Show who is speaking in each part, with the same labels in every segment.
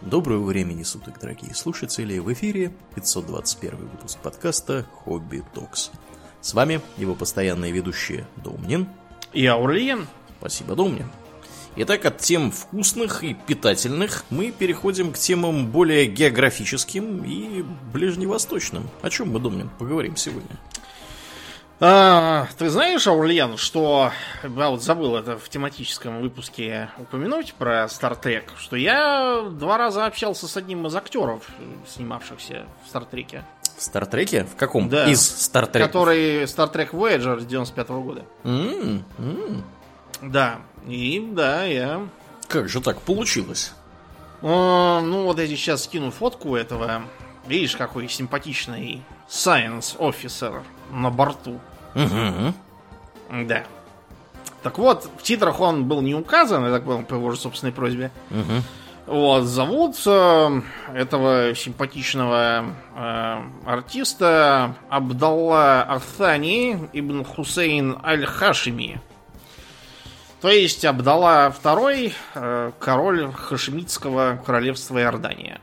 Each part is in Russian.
Speaker 1: Доброго времени суток, дорогие слушатели! В эфире 521 выпуск подкаста «Хобби Токс». С вами его постоянные ведущие Домнин
Speaker 2: и Аурлиен.
Speaker 1: Спасибо, Домнин. Итак, от тем вкусных и питательных мы переходим к темам более географическим и ближневосточным. О чем мы, Домнин, поговорим сегодня?
Speaker 2: Ты знаешь, Аурлиен, что... Я вот забыл это в тематическом выпуске упомянуть про Star Trek, что я 2 раза общался с одним из актеров, снимавшихся в Star Trek.
Speaker 1: В Star Trek? В каком?
Speaker 2: Да.
Speaker 1: Из Star Trek?
Speaker 2: Который Star Trek Voyager с 95-го года. Да. И да, я...
Speaker 1: Как же так получилось?
Speaker 2: Ну, вот я сейчас скину фотку этого. Видишь, какой симпатичный Science Officer на борту.
Speaker 1: Угу.
Speaker 2: Да. Так вот, в титрах он был не указан, я так понял, по его же собственной просьбе.
Speaker 1: Угу.
Speaker 2: Вот, зовут этого симпатичного артиста Абдалла Арthani ибн Хусейн Аль-Хашими. То есть Абдалла II, король Хашимитского королевства Иордания.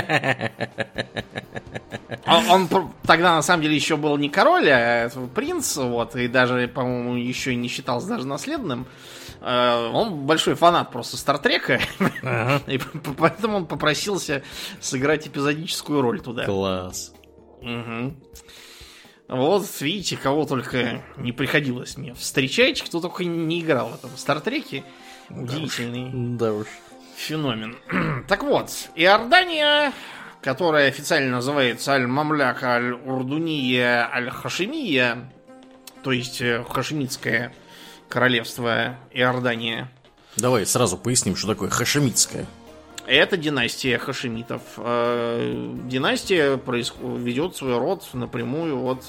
Speaker 2: Он тогда на самом деле еще был не король, а принц, вот, и даже, по-моему, еще и не считался даже наследным. Он большой фанат просто Стартрека, и поэтому он попросился сыграть эпизодическую роль туда.
Speaker 1: Класс.
Speaker 2: Угу. Вот, видите, кого только не приходилось мне встречать, кто только не играл в этом Стартреке. Удивительный.
Speaker 1: Да уж.
Speaker 2: Феномен. Так вот, Иордания, которая официально называется Аль-Мамляка Аль-Урдуния Аль-Хашимия, то есть Хашимитское королевство Иордания.
Speaker 1: Давай сразу поясним, что такое хашимитское.
Speaker 2: Это династия хашимитов. Династия ведет свой род напрямую от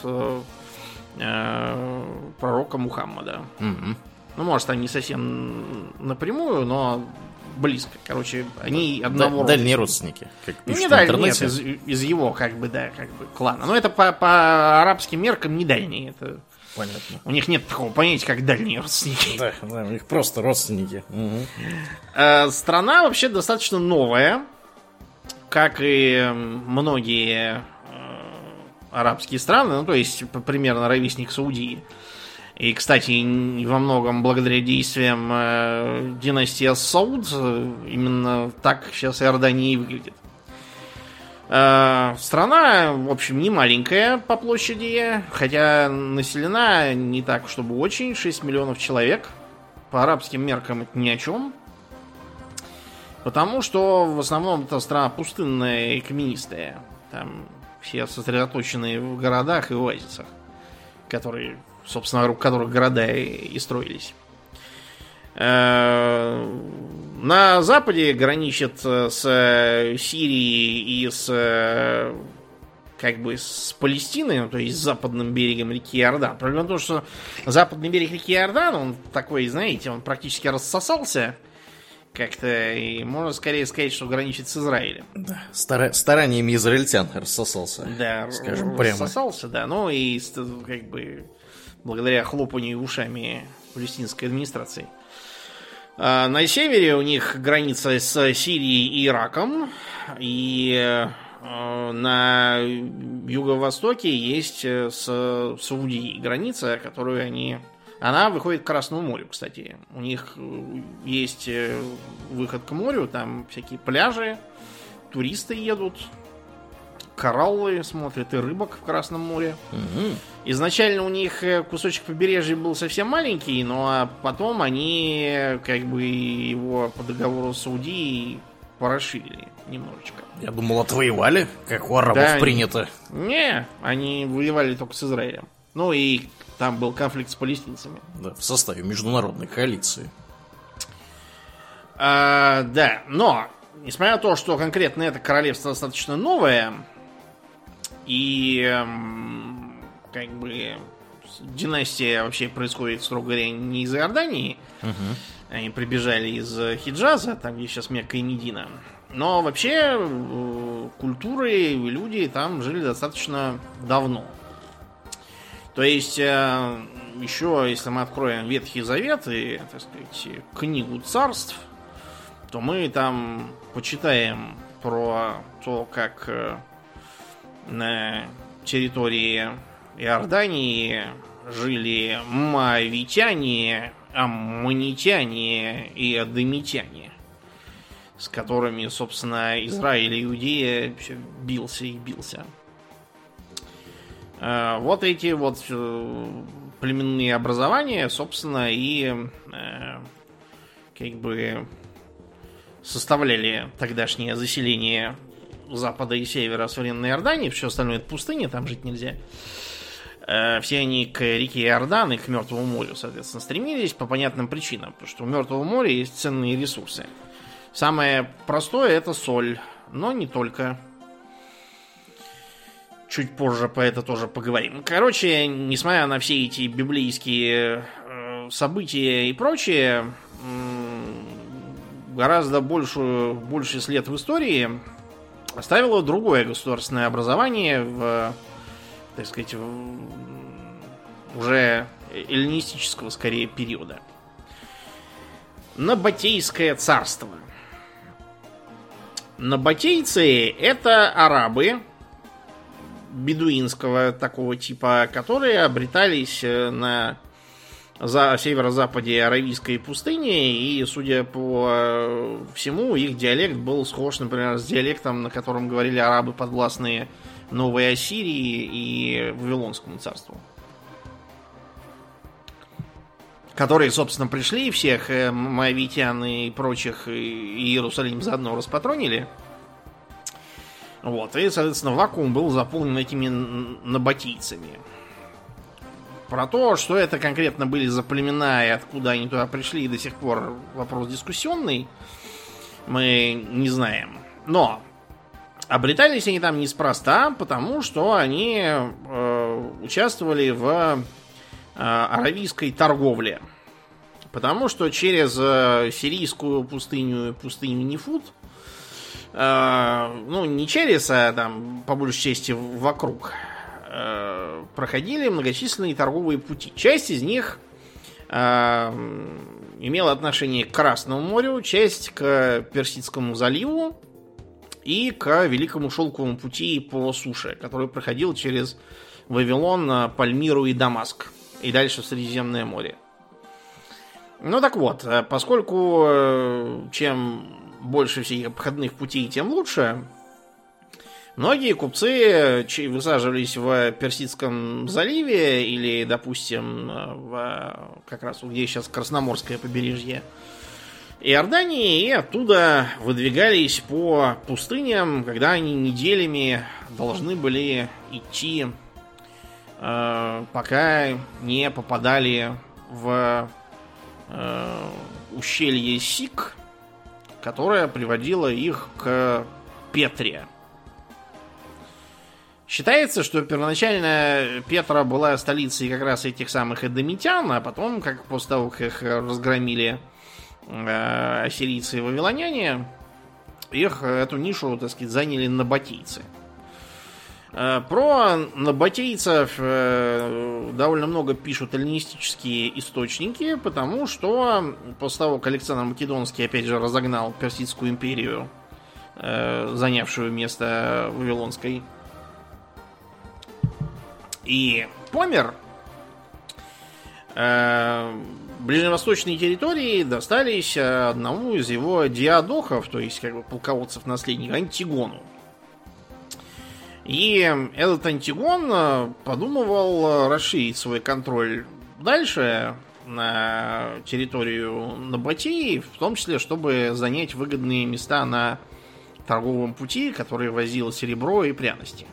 Speaker 2: пророка Мухаммада.
Speaker 1: Угу.
Speaker 2: Ну, может, они не совсем напрямую, но близко. Короче, они одного рода.
Speaker 1: Дальние родственники, как пишут
Speaker 2: не
Speaker 1: в
Speaker 2: дальние,
Speaker 1: интернете.
Speaker 2: нет, из его, как бы, клана. Но это по арабским меркам не дальние. Это...
Speaker 1: Понятно.
Speaker 2: У них нет такого понятия, как дальние родственники.
Speaker 1: Да, у них просто родственники.
Speaker 2: Угу. Страна вообще достаточно новая, как и многие арабские страны, ну, то есть примерно ровесник Саудии. И, кстати, во многом благодаря действиям династии Ас-Сауд именно так сейчас Иордания и выглядит. Страна, в общем, не маленькая по площади, хотя населена не так, чтобы очень, 6 миллионов человек. По арабским меркам это ни о чем. Потому что в основном это страна пустынная и каменистая. Там все сосредоточены в городах и оазисах, которые, собственно, вокруг которых города и строились. На западе граничит с Сирией и с Палестиной, ну, то есть с западным берегом реки Иордан. Проблема в том, что западный берег реки Иордан, он такой, знаете, он практически рассосался как-то, и можно скорее сказать, что граничит с Израилем.
Speaker 1: Да, стараниями израильтян рассосался.
Speaker 2: Да,
Speaker 1: скажем прямо.
Speaker 2: Рассосался, да, ну и как бы благодаря хлопанию ушами палестинской администрации. На севере у них граница с Сирией и Ираком, и на юго-востоке есть с Саудией граница, которую она выходит к Красному морю, кстати. У них есть выход к морю, там всякие пляжи, туристы едут, кораллы смотрят и рыбок в Красном море.
Speaker 1: Угу.
Speaker 2: Изначально у них кусочек побережья был совсем маленький, но потом они как бы его по договору с Саудией порасширили немножечко.
Speaker 1: Я думал, отвоевали, как у арабов принято.
Speaker 2: Не, они воевали только с Израилем. Ну и там был конфликт с палестинцами.
Speaker 1: Да, в составе международной коалиции.
Speaker 2: Да, но несмотря на то, что конкретно это королевство достаточно новое, и как бы династия вообще происходит, строго говоря, не из Иордании.
Speaker 1: Угу.
Speaker 2: Они прибежали из Хиджаза, там где сейчас Мекка и Медина. Но вообще культуры и люди там жили достаточно давно. То есть еще, если мы откроем Ветхий Завет и, так сказать, книгу царств, то мы там почитаем про то, как на территории Иордании жили моавитяне, аммонитяне и адамитяне, с которыми, собственно, Израиль и Иудея все бился и бился. Вот эти вот племенные образования, собственно, и как бы составляли тогдашнее заселение запада и севера современной Иордании. Все остальное это пустыня, там жить нельзя. Все они к реке Иордан и к Мертвому морю, соответственно, стремились по понятным причинам. Потому что у Мертвого моря есть ценные ресурсы. Самое простое это соль, но не только. Чуть позже по это тоже поговорим. Короче, несмотря на все эти библейские события и прочее, гораздо больший след в истории оставило другое государственное образование в, так сказать, уже эллинистического, скорее, периода. Набатейское царство. Набатейцы — это арабы бедуинского такого типа, которые обретались на северо-западе Аравийской пустыни, и, судя по всему, их диалект был схож, например, с диалектом, на котором говорили арабы, подвластные Новой Ассирии и Вавилонскому царству. Которые, собственно, пришли, всех моавитян и прочих, и Иерусалим заодно распатронили. Вот, и, соответственно, вакуум был заполнен этими набатийцами. Про то, что это конкретно были за племена и откуда они туда пришли, до сих пор вопрос дискуссионный, мы не знаем. Но обретались они там неспроста, потому что они участвовали в аравийской торговле. Потому что через сирийскую пустыню Нефут, ну, не через, а там, по большей части, вокруг, проходили многочисленные торговые пути. Часть из них имела отношение к Красному морю, часть к Персидскому заливу и к Великому шелковому пути по суше, который проходил через Вавилон, Пальмиру и Дамаск, и дальше в Средиземное море. Ну так вот, поскольку чем больше всех обходных путей, тем лучше, многие купцы высаживались в Персидском заливе или, допустим, как раз где сейчас Красноморское побережье Иордании, и оттуда выдвигались по пустыням, когда они неделями должны были идти, пока не попадали в ущелье Сик, которое приводило их к Петре. Считается, что первоначально Петра была столицей как раз этих самых эдомитян, а потом, как после того, как их разгромили ассирийцы и вавилоняне, их эту нишу, так сказать, заняли набатейцы. Про набатейцев довольно много пишут эллинистические источники, потому что после того, как Александр Македонский опять же разогнал Персидскую империю, занявшую место Вавилонской, и помер, ближневосточные территории достались одному из его диадохов, то есть как бы полководцев-наследников, Антигону. И этот Антигон подумывал расширить свой контроль дальше на территорию Набатеи, в том числе, чтобы занять выгодные места на торговом пути, который возил серебро и пряности.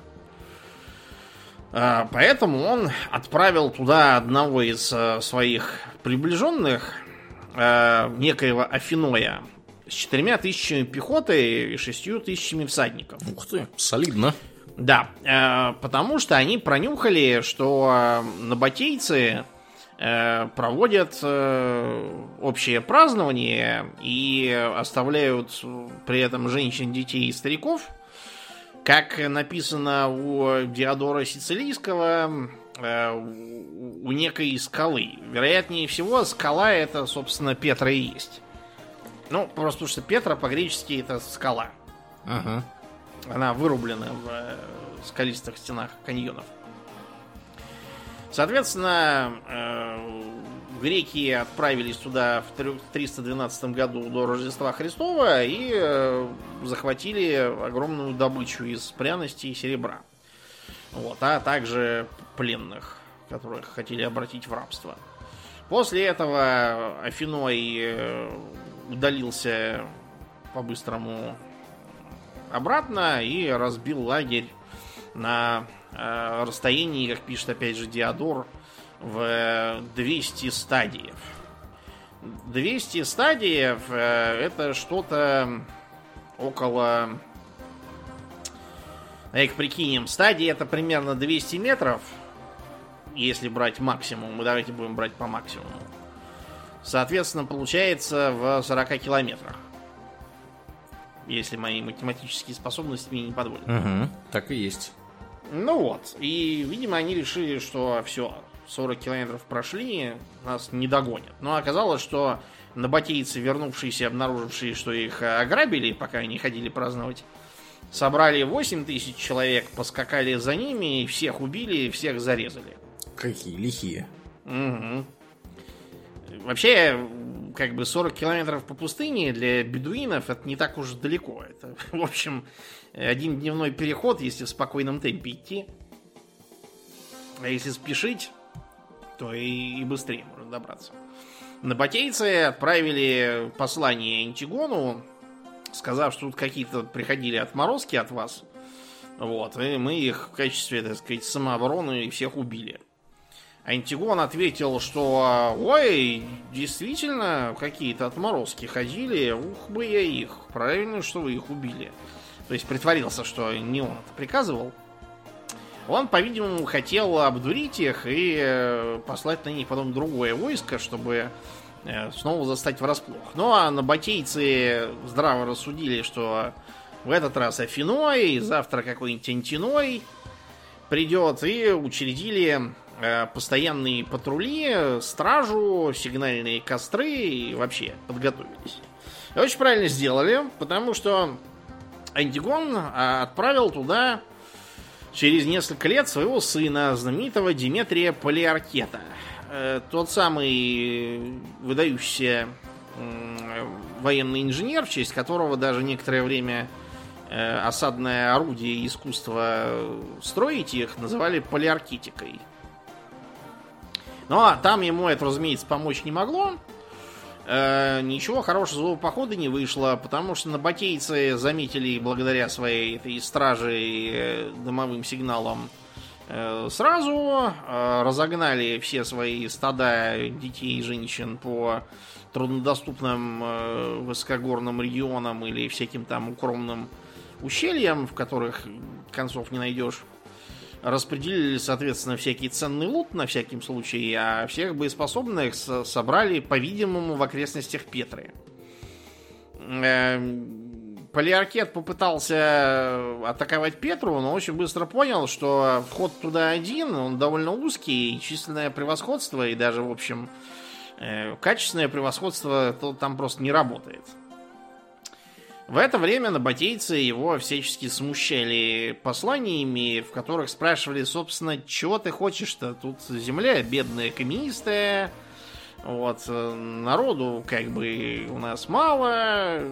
Speaker 2: Поэтому он отправил туда одного из своих приближенных, некоего Афиноя, с 4000 пехоты и 6000 всадников.
Speaker 1: Ух ты, солидно.
Speaker 2: Да, потому что они пронюхали, что набатейцы проводят общее празднование и оставляют при этом женщин, детей и стариков. Как написано у Диодора Сицилийского, у некой скалы. Вероятнее всего, скала это, собственно, Петра и есть. Ну, просто потому что Петра по-гречески это скала.
Speaker 1: Ага.
Speaker 2: Она вырублена в скалистых стенах каньонов. Соответственно, греки отправились туда в 312 году до Рождества Христова и захватили огромную добычу из пряностей и серебра. Вот, а также пленных, которых хотели обратить в рабство. После этого Афиной удалился по-быстрому обратно и разбил лагерь на расстоянии, как пишет опять же Диодор, в 200 стадиев. 200 стадиев это что-то около... Давайте прикинем, стадии это примерно 200 метров, если брать максимум, и давайте будем брать по максимуму. Соответственно, получается в 40 километрах. Если мои математические способности мне не подводят.
Speaker 1: Угу, так и есть.
Speaker 2: Ну вот, и, видимо, они решили, что все, 40 километров прошли, нас не догонят. Но оказалось, что набатейцы, вернувшиеся, обнаружившие, что их ограбили, пока они ходили праздновать, собрали 8 тысяч человек, поскакали за ними, всех убили, всех зарезали.
Speaker 1: Какие лихие.
Speaker 2: Угу. Вообще, как бы 40 километров по пустыне для бедуинов это не так уж далеко. Это, в общем, один дневной переход, если в спокойном темпе идти. А если спешить, то и быстрее можно добраться. Набатейцы отправили послание Антигону, сказав, что тут какие-то приходили отморозки от вас. Вот, и мы их в качестве, так сказать, самообороны всех убили. Антигон ответил, что ой, действительно, какие-то отморозки ходили, ух бы я их, правильно, что вы их убили. То есть притворился, что не он это приказывал. Он, по-видимому, хотел обдурить их и послать на них потом другое войско, чтобы снова застать врасплох. Ну а набатейцы здраво рассудили, что в этот раз Афиной, завтра какой-нибудь Антиной придет, и учредили постоянные патрули, стражу, сигнальные костры и вообще подготовились. И очень правильно сделали, потому что Антигон отправил туда через несколько лет своего сына, знаменитого Диметрия Полиаркета. Тот самый выдающийся военный инженер, в честь которого даже некоторое время осадное орудие и искусство строить их называли полиаркетикой. Но там ему это, разумеется, помочь не могло. Ничего хорошего из похода не вышло, потому что набатейцы заметили благодаря своей этой страже и дымовым сигналам сразу, разогнали все свои стада детей и женщин по труднодоступным высокогорным регионам или всяким там укромным ущельям, в которых концов не найдешь. Распределили, соответственно, всякий ценный лут на всякий случай, а всех боеспособных собрали, по-видимому, в окрестностях Петры. Полиаркет попытался атаковать Петру, но очень быстро понял, что вход туда один, он довольно узкий, и численное превосходство, и даже, в общем, качественное превосходство там просто не работает. В это время набатейцы его всячески смущали посланиями, в которых спрашивали, собственно, чего ты хочешь-то? Тут земля бедная, каменистая, вот, народу как бы у нас мало,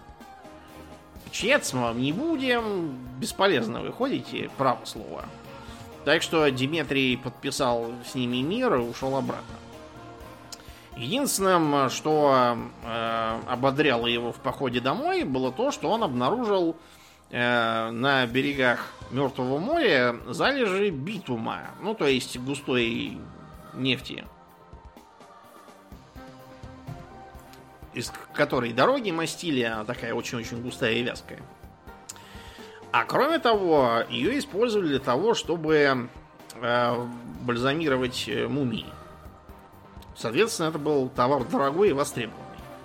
Speaker 2: чец мы вам не будем, бесполезно вы ходите, право слово. Так что Диметрий подписал с ними мир и ушел обратно. Единственным, что ободряло его в походе домой, было то, что он обнаружил на берегах Мертвого моря залежи битума, ну то есть густой нефти, из которой дороги мастили, она такая очень-очень густая и вязкая. А кроме того, ее использовали для того, чтобы бальзамировать мумии. Соответственно, это был товар дорогой и востребованный.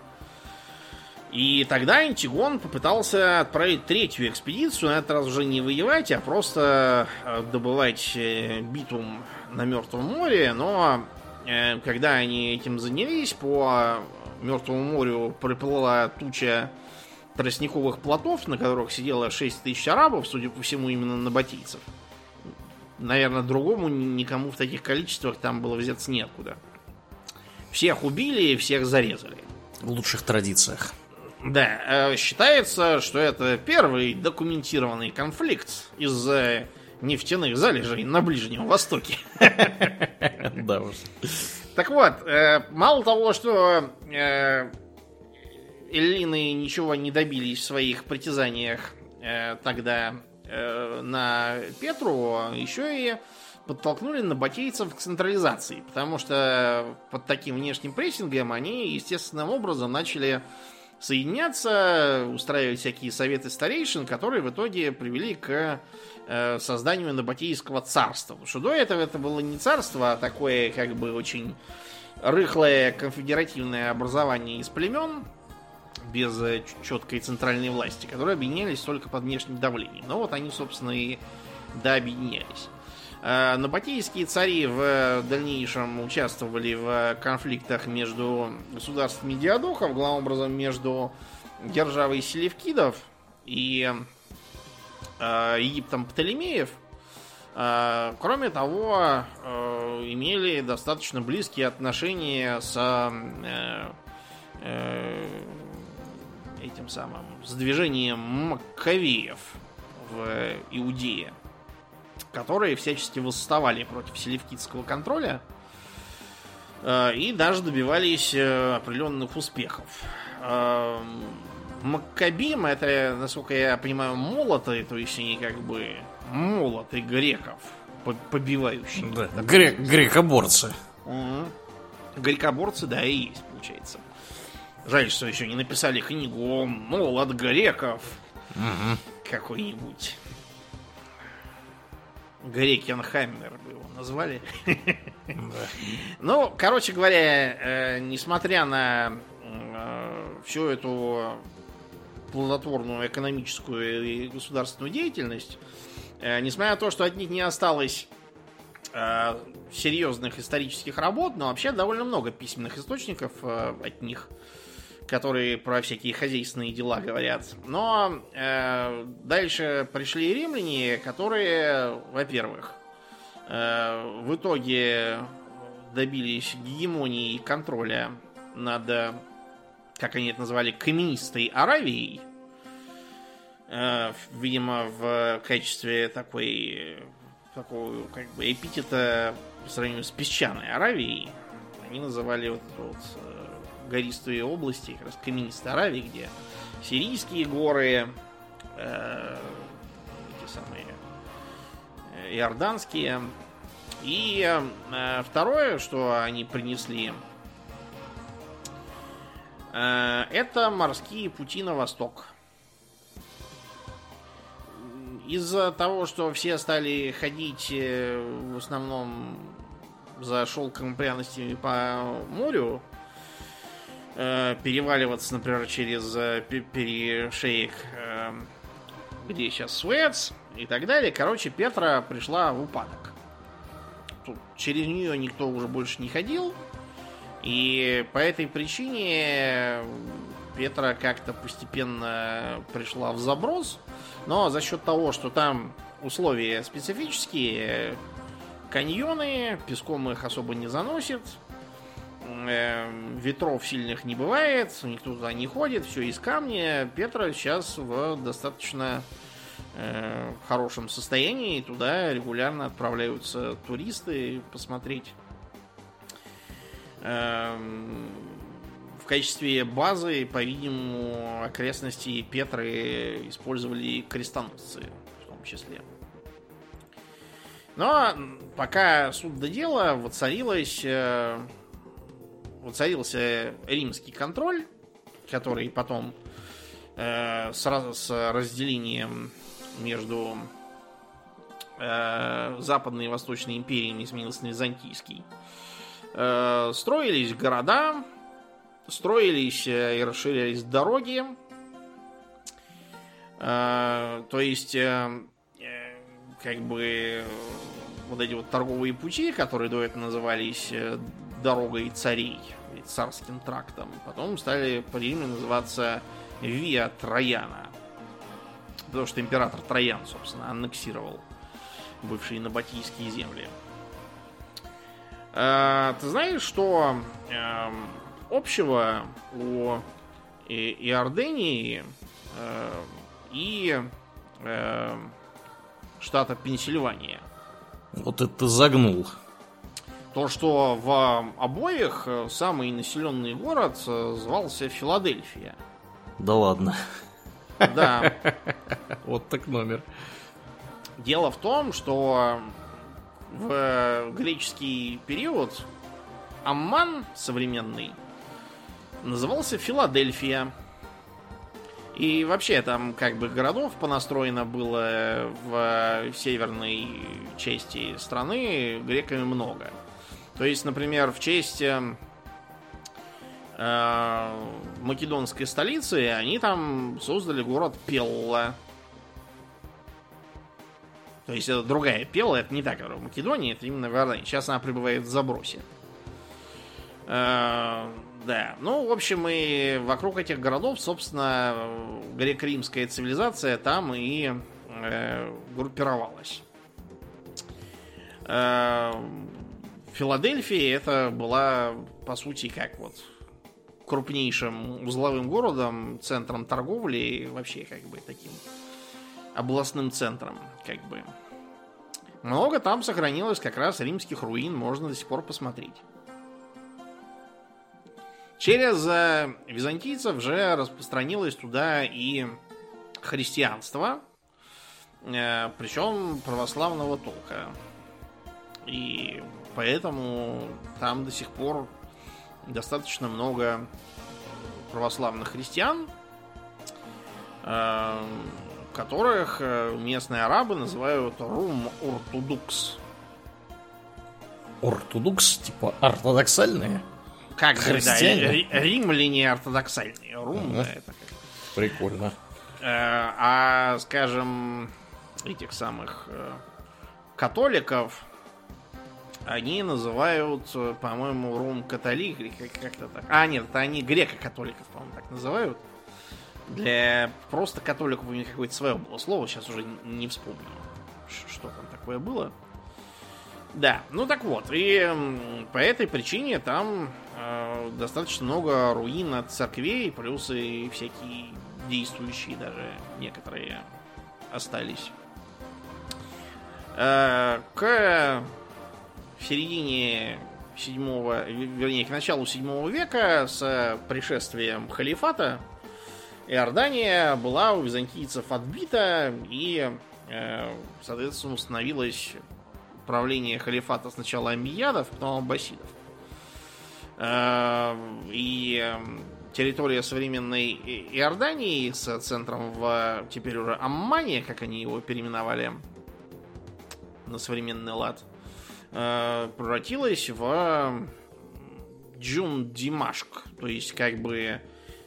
Speaker 2: И тогда Антигон попытался отправить третью экспедицию, на этот раз уже не воевать, а просто добывать битум на Мертвом море. Но когда они этим занялись, по Мертвому морю приплыла туча тростниковых плотов, на которых сидело 6 тысяч арабов, судя по всему, именно набатийцев. Наверное, другому никому в таких количествах там было взяться неоткуда. Всех убили, всех зарезали.
Speaker 1: В лучших традициях.
Speaker 2: Да, считается, что это первый документированный конфликт из-за нефтяных залежей на Ближнем Востоке.
Speaker 1: Да уж.
Speaker 2: Так вот, мало того, что эллины ничего не добились в своих притязаниях тогда на Петру, еще и подтолкнули набатейцев к централизации, потому что под таким внешним прессингом они естественным образом начали соединяться, устраивать всякие советы старейшин, которые в итоге привели к созданию набатейского царства. Потому что до этого это было не царство, а такое как бы очень рыхлое конфедеративное образование из племен, без четкой центральной власти, которые объединялись только под внешним давлением. Но вот они, собственно, и дообъединялись. Набатейские цари в дальнейшем участвовали в конфликтах между государствами диадохов, главным образом между державой селевкидов и Египтом Птолемеев. Кроме того, имели достаточно близкие отношения с этим самым, с движением Маккавеев в Иудее, которые всячески восставали против селевкидского контроля и даже добивались определенных успехов. Маккабим — это, насколько я понимаю, молоты, то есть они как бы молоты греков, побивающие.
Speaker 1: Да, грекоборцы.
Speaker 2: Грекоборцы, да, и есть, получается. Жаль, что еще не написали книгу о молот греков. Какой-нибудь. Грекенхаммер бы его назвали. Ну, короче говоря, несмотря на всю эту плодотворную экономическую и государственную деятельность, несмотря на то, что от них не осталось серьезных исторических работ, но вообще довольно много письменных источников от них, которые про всякие хозяйственные дела говорят. Но дальше пришли римляне, которые, во-первых, в итоге добились гегемонии и контроля над, как они это называли, каменистой Аравией. Видимо, в качестве такого как бы эпитета по сравнению с песчаной Аравией они называли вот эту вот гористые области, как раз каменистой Аравии, где сирийские горы, эти самые иорданские. И второе, что они принесли, это морские пути на восток. Из-за того, что все стали ходить в основном за шелком и пряностями по морю, переваливаться, например, через перешеек, где сейчас Суэц и так далее. Короче, Петра пришла в упадок. Тут через нее никто уже больше не ходил. И по этой причине Петра как-то постепенно пришла в заброс. Но за счет того, что там условия специфические, каньоны, песком их особо не заносит, ветров сильных не бывает, никто туда не ходит, все из камня. Петра сейчас в достаточно хорошем состоянии, туда регулярно отправляются туристы посмотреть. В качестве базы, по-видимому, окрестности Петры использовали крестоносцы в том числе. Но пока суд до дела, воцарился римский контроль, который потом с разделением между Западной и Восточной империями сменился на Византийский. Строились города, строились и расширялись дороги. То есть, как бы, вот эти вот торговые пути, которые до этого назывались дорогой царей, царским трактом, потом стали по Риме называться Виа Трояна. Потому что император Троян, собственно, аннексировал бывшие набатийские земли. Ты знаешь, что общего у Иордании и штата Пенсильвания?
Speaker 1: Вот это ты загнул.
Speaker 2: То, что в обоих самый населенный город звался Филадельфия.
Speaker 1: Да ладно.
Speaker 2: Да.
Speaker 1: Вот так номер.
Speaker 2: Дело в том, что в греческий период Амман современный назывался Филадельфия. И вообще там как бы городов понастроено было в северной части страны греками много. То есть, например, в честь македонской столицы они там создали город Пелла. То есть это другая Пелла, это не та, которая в Македонии, это именно в Иордании. Сейчас она пребывает в забросе. Да, ну, в общем, и вокруг этих городов, собственно, греко-римская цивилизация там и группировалась. Филадельфия это была, по сути, как вот крупнейшим узловым городом, центром торговли и вообще как бы таким областным центром, как бы. Много там сохранилось как раз римских руин, можно до сих пор посмотреть. Через византийцев же распространилось туда и христианство, причем православного толка. И поэтому там до сих пор достаточно много православных христиан, которых местные арабы называют рум-ортодокс.
Speaker 1: Ортодокс? Типа ортодоксальные?
Speaker 2: Как
Speaker 1: христиане?
Speaker 2: Да, римляне ортодоксальные. Рум, да, это как.
Speaker 1: Прикольно.
Speaker 2: А, скажем, этих самых католиков они называют, по-моему, рум-католик или как-то так. А, нет, это они греко-католиков, по-моему, так называют. Для просто католиков у них какое-то свое было слово, сейчас уже не вспомню, что там такое было. Да, ну так вот, и по этой причине там достаточно много руин от церквей, плюс и всякие действующие даже некоторые остались. К середине 7-го, вернее, к началу 7 века с пришествием халифата Иордания была у византийцев отбита и, соответственно, установилось правление халифата сначала аммиядов, потом аббасидов. И территория современной Иордании с центром в теперь уже Аммане, как они его переименовали на современный лад, превратилась в Джун-Димашк. То есть, как бы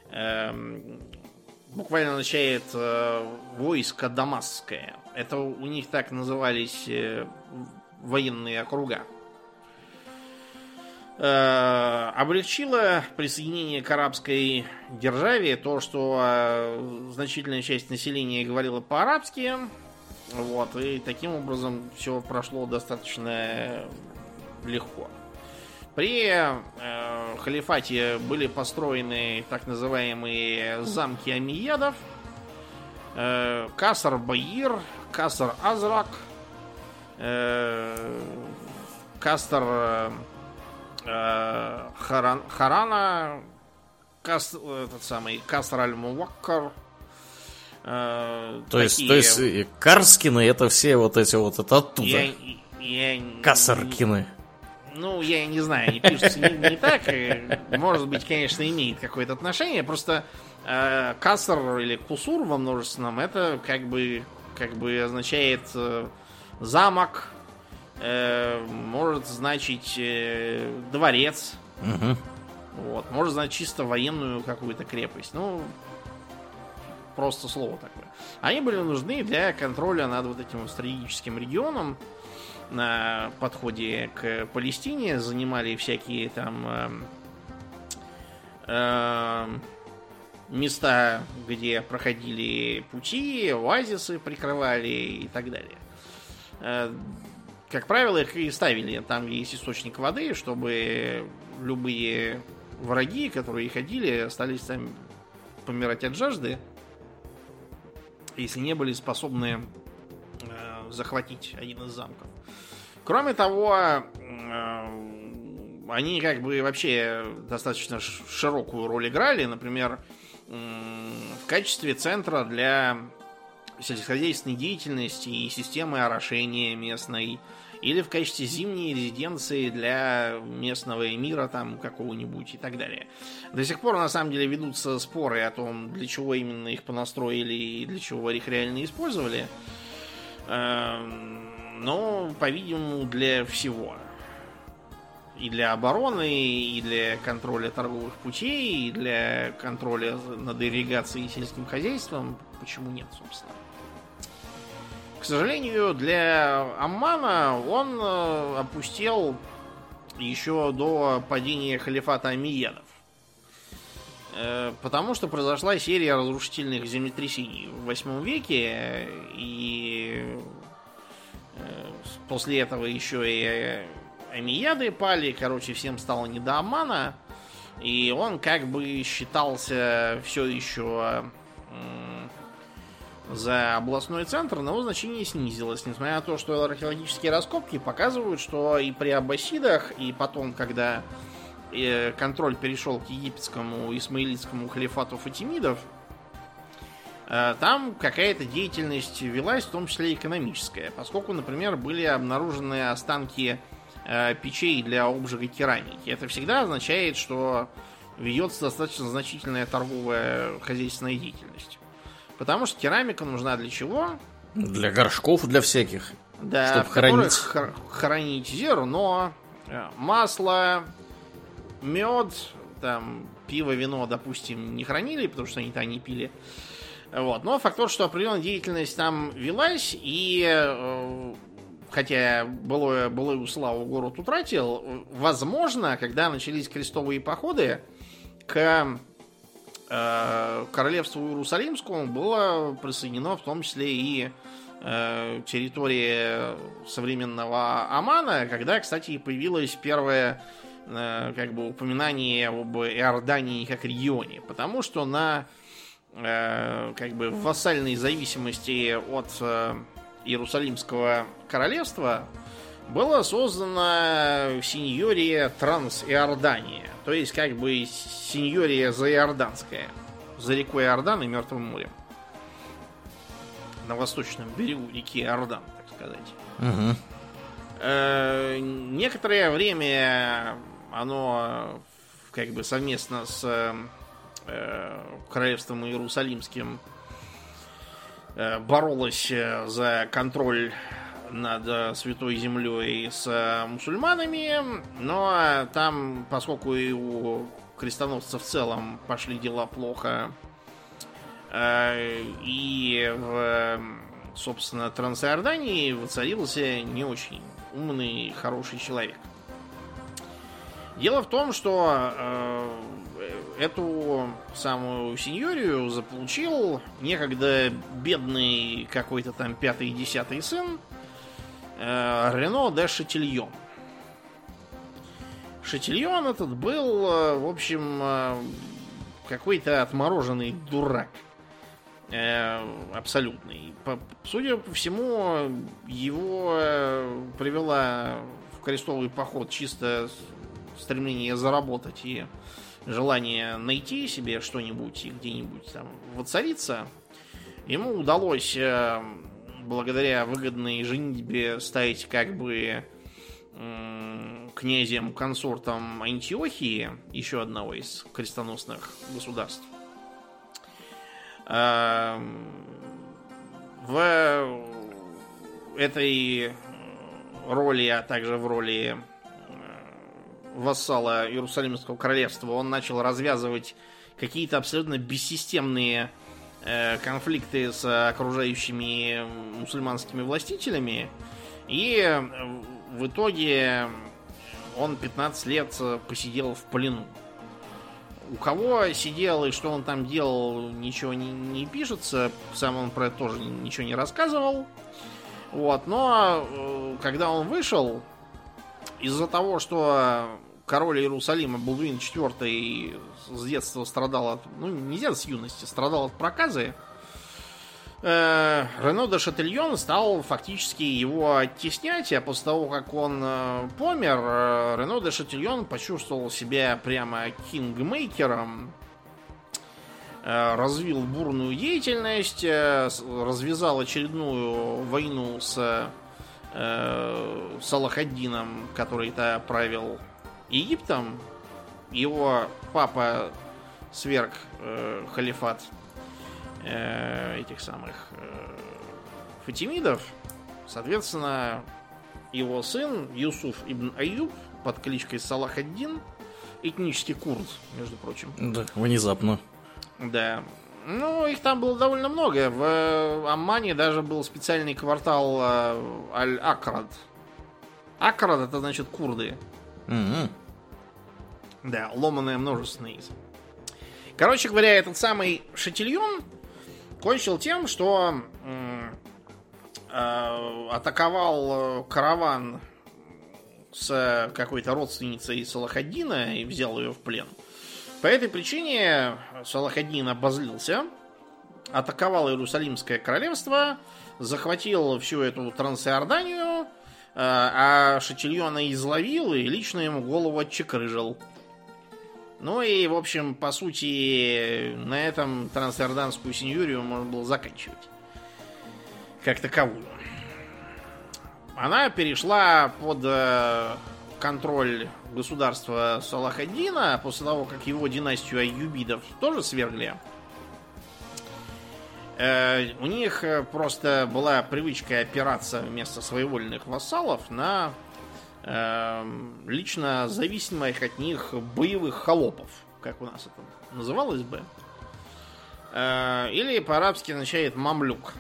Speaker 2: буквально означает войско дамасское. Это у них так назывались военные округа. Облегчило присоединение к арабской державе то, что значительная часть населения говорила по-арабски. Вот, и таким образом все прошло достаточно легко. При халифате были построены так называемые замки аммиядов, Каср-Баир, Каср-Азрак, Кастр Харана, этот самый Каср Аль-Муваккар.
Speaker 1: То есть Карскины это все вот эти вот это оттуда. Касаркины.
Speaker 2: Ну, я не знаю, они пишутся не так. Может быть, конечно, имеет какое-то отношение. Просто Каср или Кусур во множественном это как бы означает замок, может значить дворец.
Speaker 1: Угу.
Speaker 2: Вот, может значить чисто военную какую-то крепость. Ну, просто слово такое. Они были нужны для контроля над вот этим стратегическим регионом на подходе к Палестине. Занимали всякие там места, где проходили пути, оазисы прикрывали и так далее. Как правило, их и ставили там, где есть источник воды, чтобы любые враги, которые ходили, остались там помирать от жажды, если не были способны захватить один из замков. Кроме того, они как бы вообще достаточно широкую роль играли. Например, в качестве центра для сельскохозяйственной деятельности и системы орошения местной, или в качестве зимней резиденции для местного эмира там какого-нибудь и так далее. До сих пор, на самом деле, ведутся споры о том, для чего именно их понастроили и для чего их реально использовали. Но, по-видимому, для всего. И для обороны, и для контроля торговых путей, и для контроля над ирригацией и сельским хозяйством. Почему нет, собственно? К сожалению, для Аммана он опустел еще до падения халифата Омейядов. Потому что произошла серия разрушительных землетрясений в 8 веке, и после этого еще и Омейяды пали, короче, всем стало не до Аммана, и он как бы считался все еще за областной центр, но его значение снизилось, несмотря на то, что археологические раскопки показывают, что и при аббасидах, и потом, когда контроль перешел к египетскому исмаилитскому халифату фатимидов, там какая-то деятельность велась, в том числе экономическая, поскольку, например, были обнаружены останки печей для обжига керамики. Это всегда означает, что ведется достаточно значительная торговая хозяйственная деятельность. Потому что керамика нужна для чего?
Speaker 1: Для горшков, для всяких.
Speaker 2: Да, в которых хранить зерно, масло, мед, там, пиво, вино, допустим, не хранили, потому что они там не пили. Вот. Но факт тот, что определенная деятельность там велась, и хотя былую славу город утратил, возможно, когда начались крестовые походы, к королевству Иерусалимскому было присоединено в том числе и территория современного Омана, когда, кстати, появилось первое как бы упоминание об Иордании как регионе, потому что на как бы в вассальной зависимости от Иерусалимского королевства была создана синьория Транс-Иордания, то есть как бы синьория заиорданская, за рекой Иордан и Мертвым морем, на восточном берегу реки Иордан, так сказать. Некоторое время оно как бы совместно с королевством Иерусалимским боролось за контроль над Святой Землей с мусульманами, но там, поскольку и у крестоносцев в целом пошли дела плохо, и в, собственно, Трансиордании воцарился не очень умный, хороший человек. Дело в том, что эту самую сеньорию заполучил некогда бедный какой-то там 5-10 сын Рено де Шатильон. Шатильон этот был, в общем, какой-то отмороженный дурак. Абсолютный. Судя по всему, его привела в крестовый поход чисто стремление заработать и желание найти себе что-нибудь и где-нибудь там воцариться. Ему удалось, благодаря выгодной женитьбе, стать как бы князем-консортом Антиохии, еще одного из крестоносных государств. В этой роли, а также в роли вассала Иерусалимского королевства, он начал развязывать какие-то абсолютно бессистемные конфликты с окружающими мусульманскими властителями, и в итоге он 15 лет посидел в плену. У кого сидел и что он там делал, ничего не пишется. Сам он про это тоже ничего не рассказывал. Вот, но когда он вышел, из-за того, что король Иерусалима Балдуин IV с детства страдал от... Ну, не с детства, с юности, страдал от проказы, Рено де Шатильон стал фактически его оттеснять, а после того, как он помер, Рено де Шатильон почувствовал себя прямо кингмейкером, развил бурную деятельность, развязал очередную войну с Салахаддином, который-то правил Египтом. Его папа сверг халифат этих самых фатимидов. Соответственно, его сын Юсуф ибн Аюб под кличкой Салахаддин, этнический курд, между прочим.
Speaker 1: Да, внезапно.
Speaker 2: Да. Ну, их там было довольно много. В Аммане даже был специальный квартал Аль-Акрад. Акрад — это значит курды.
Speaker 1: Угу.
Speaker 2: Да, ломаное множественное из. Короче говоря, этот самый Шатильон кончил тем, что атаковал караван с какой-то родственницей Салахаддина и взял ее в плен. По этой причине Салахаддин обозлился, атаковал Иерусалимское королевство, захватил всю эту Трансиорданию, а Шатильона изловил и лично ему голову отчекрыжил. Ну и, в общем, по сути, на этом Трансиорданскую сеньорию можно было заканчивать. Как таковую. Она перешла под контроль государства Салахаддина после того, как его династию аюбидов тоже свергли. У них просто была привычка опираться вместо своевольных вассалов на лично зависимых от них боевых холопов, как у нас это называлось бы. Или по-арабски означает мамлюк.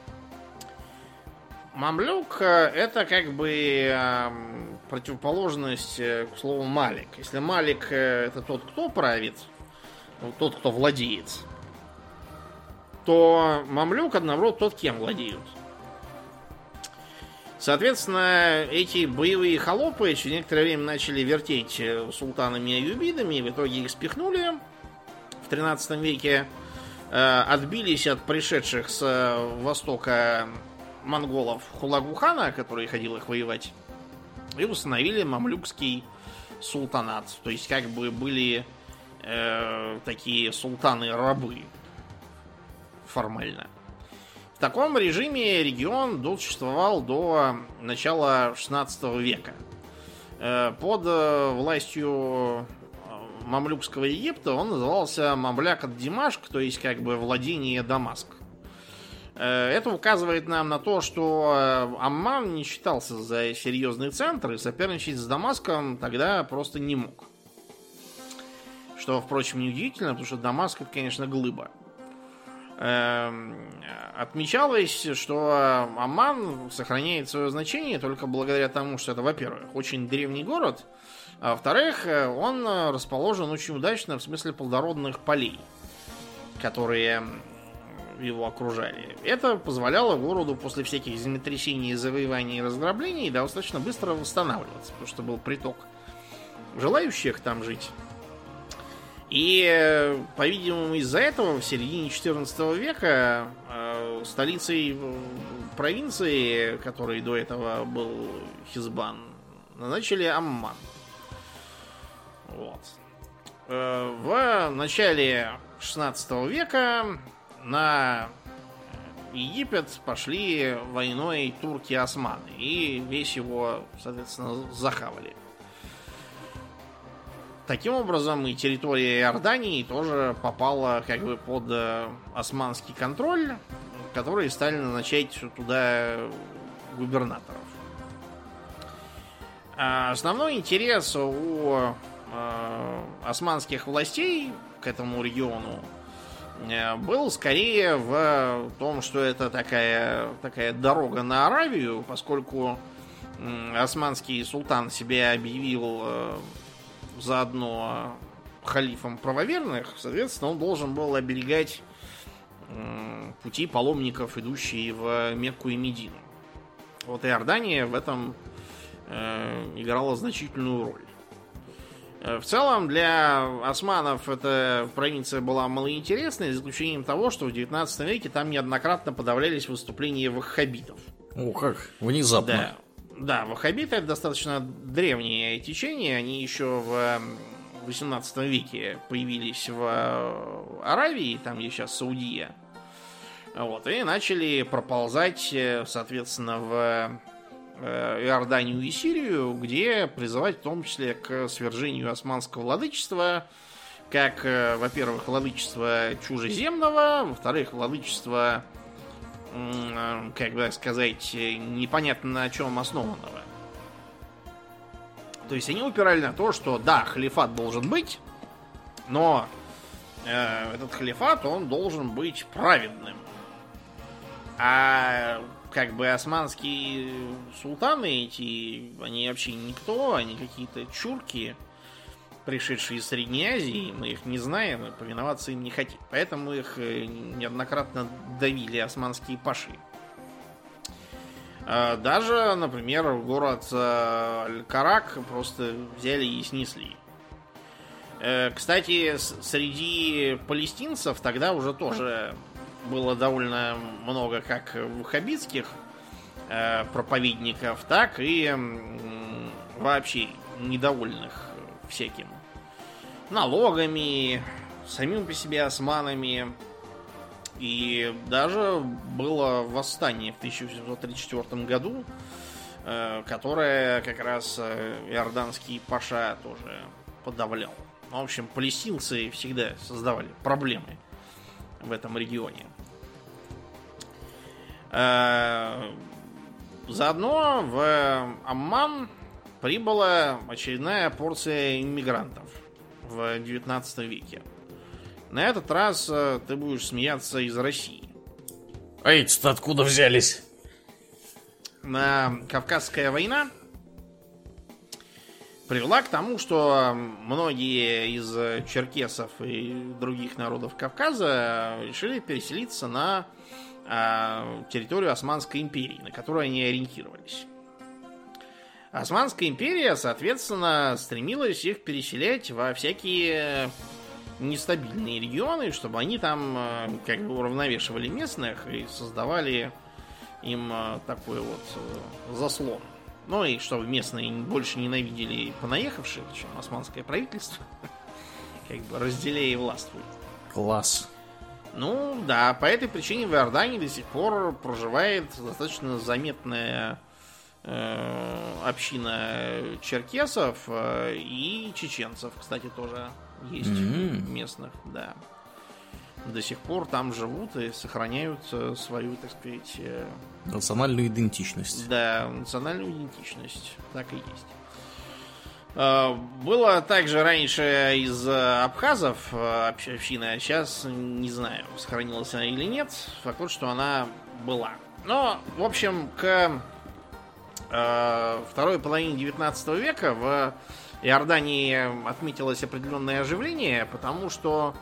Speaker 2: Мамлюк — это как бы противоположность к слову малик. Если малик — это тот, кто правит, тот, кто владеет, то мамлюк, наоборот, тот, кем владеют. Соответственно, эти боевые холопы через некоторое время начали вертеть султанами и аюбидами, в итоге их спихнули в 13 веке, отбились от пришедших с востока монголов Хулагу-хана, который ходил их воевать, и установили мамлюкский султанат. То есть, как бы были такие султаны-рабы формально. В таком режиме регион существовал до начала 16 века. Под властью мамлюкского Египта он назывался Мамляк Димашк, то есть как бы владение Дамаск. Это указывает нам на то, что Амман не считался за серьезный центр и соперничать с Дамаском тогда просто не мог. Что, впрочем, неудивительно, потому что Дамаск — это, конечно, глыба. Отмечалось, что Амман сохраняет свое значение только благодаря тому, что это, во-первых, очень древний город, а во-вторых, он расположен очень удачно в смысле плодородных полей, которые его окружали. Это позволяло городу после всяких землетрясений, завоеваний и разграблений достаточно быстро восстанавливаться, потому что был приток желающих там жить. И, по-видимому, из-за этого в середине 14 века столицей провинции, который до этого был Хизбан, назначили Амман. Вот. В начале 16 века на Египет пошли войной турки-османы и весь его, соответственно, захавали. Таким образом, и территория Иордании тоже попала как бы под османский контроль, которые стали назначать туда губернаторов. Основной интерес у османских властей к этому региону был скорее в том, что это такая дорога на Аравию, поскольку османский султан себя объявил заодно халифом правоверных, соответственно, он должен был оберегать пути паломников, идущие в Мекку и Медину. Вот Иордания в этом играла значительную роль. В целом, для османов эта провинция была малоинтересной, за исключением того, что в 19 веке там неоднократно подавлялись выступления ваххабитов.
Speaker 1: О, как внезапно.
Speaker 2: Да, ваххабиты — это достаточно древнее течение. Они еще в 18 веке появились в Аравии, там где сейчас Саудия. Вот, и начали проползать, соответственно, в Иорданию и Сирию, где призывать в том числе к свержению османского владычества, как, во-первых, владычества чужеземного, во-вторых, владычества, как бы так сказать, непонятно на чем основанного. То есть они упирали на то, что да, халифат должен быть, но этот халифат, он должен быть праведным. А как бы османские султаны эти, они вообще никто, они какие-то чурки, пришедшие из Средней Азии, мы их не знаем, и повиноваться им не хотим. Поэтому их неоднократно давили османские паши. Даже, например, город Аль-Карак просто взяли и снесли. Кстати, среди палестинцев тогда уже тоже было довольно много как ваххабитских проповедников, так и вообще недовольных всяким налогами, самим по себе османами. И даже было восстание в 1834 году, которое как раз иорданский паша тоже подавлял. В общем, палестинцы всегда создавали проблемы в этом регионе. Заодно в Амман прибыла очередная порция иммигрантов в 19 веке. На этот раз ты будешь смеяться из России.
Speaker 1: А эти-то откуда взялись?
Speaker 2: Кавказская война привела к тому, что многие из черкесов и других народов Кавказа решили переселиться на территорию Османской империи, на которую они ориентировались. Османская империя, соответственно, стремилась их переселять во всякие нестабильные регионы, чтобы они там как бы уравновешивали местных и создавали им такой вот заслон. Ну и чтобы местные больше ненавидели понаехавших, чем османское правительство, как бы разделяя и властвует.
Speaker 1: Класс.
Speaker 2: Ну да, по этой причине в Иордании до сих пор проживает достаточно заметная община черкесов и чеченцев, кстати, тоже есть местных, да. До сих пор там живут и сохраняют свою, так сказать...
Speaker 1: национальную идентичность.
Speaker 2: Да, национальную идентичность. Так и есть. Было также раньше из абхазов община, а сейчас не знаю, сохранилась она или нет. Факт тот, что она была. Но, в общем, к второй половине 19 века в Иордании отметилось определенное оживление, потому что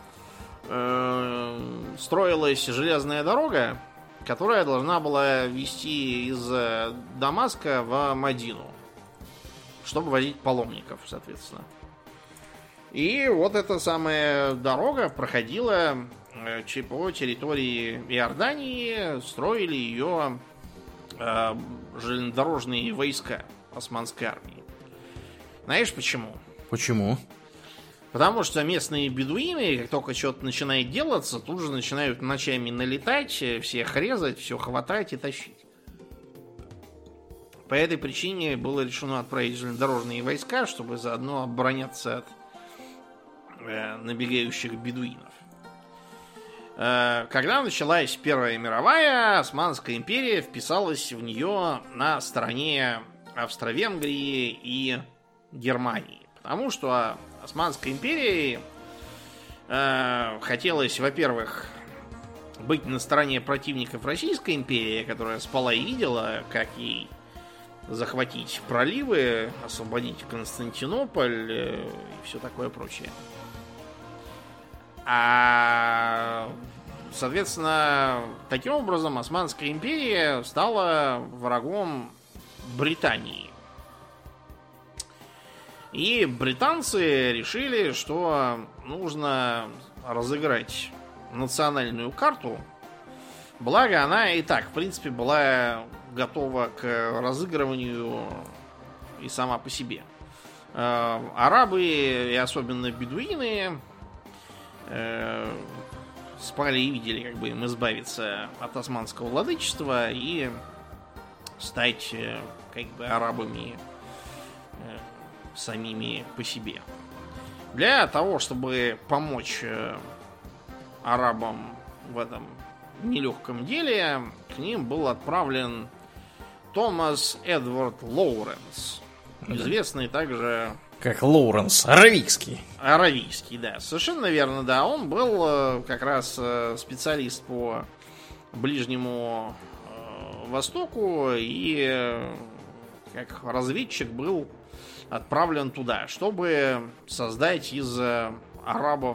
Speaker 2: строилась железная дорога, которая должна была вести из Дамаска в Мадину, чтобы возить паломников, соответственно. И вот эта самая дорога проходила по территории Иордании, строили ее железнодорожные войска османской армии. Знаешь почему?
Speaker 1: Почему?
Speaker 2: Потому что местные бедуины, как только что-то начинает делаться, тут же начинают ночами налетать, всех резать, все хватать и тащить. По этой причине было решено отправить железнодорожные войска, чтобы заодно обороняться от набегающих бедуинов. Когда началась Первая мировая, Османская империя вписалась в нее на стороне Австро-Венгрии и Германии. Потому что Османской империи хотелось, во-первых, быть на стороне противников Российской империи, которая спала и видела, как ей захватить проливы, освободить Константинополь и все такое прочее. Соответственно, таким образом Османская империя стала врагом Британии. И британцы решили, что нужно разыграть национальную карту. Благо, она и так, в принципе, была готова к разыгрыванию и сама по себе. Арабы, и особенно бедуины, спали и видели, как бы им избавиться от османского владычества и стать, как бы, арабами самими по себе. Для того, чтобы помочь арабам в этом нелегком деле, к ним был отправлен Томас Эдвард Лоуренс, известный также
Speaker 1: как Лоуренс Аравийский.
Speaker 2: Аравийский, да, совершенно верно, да. Он был как раз специалист по Ближнему Востоку и как разведчик был отправлен туда, чтобы создать из арабов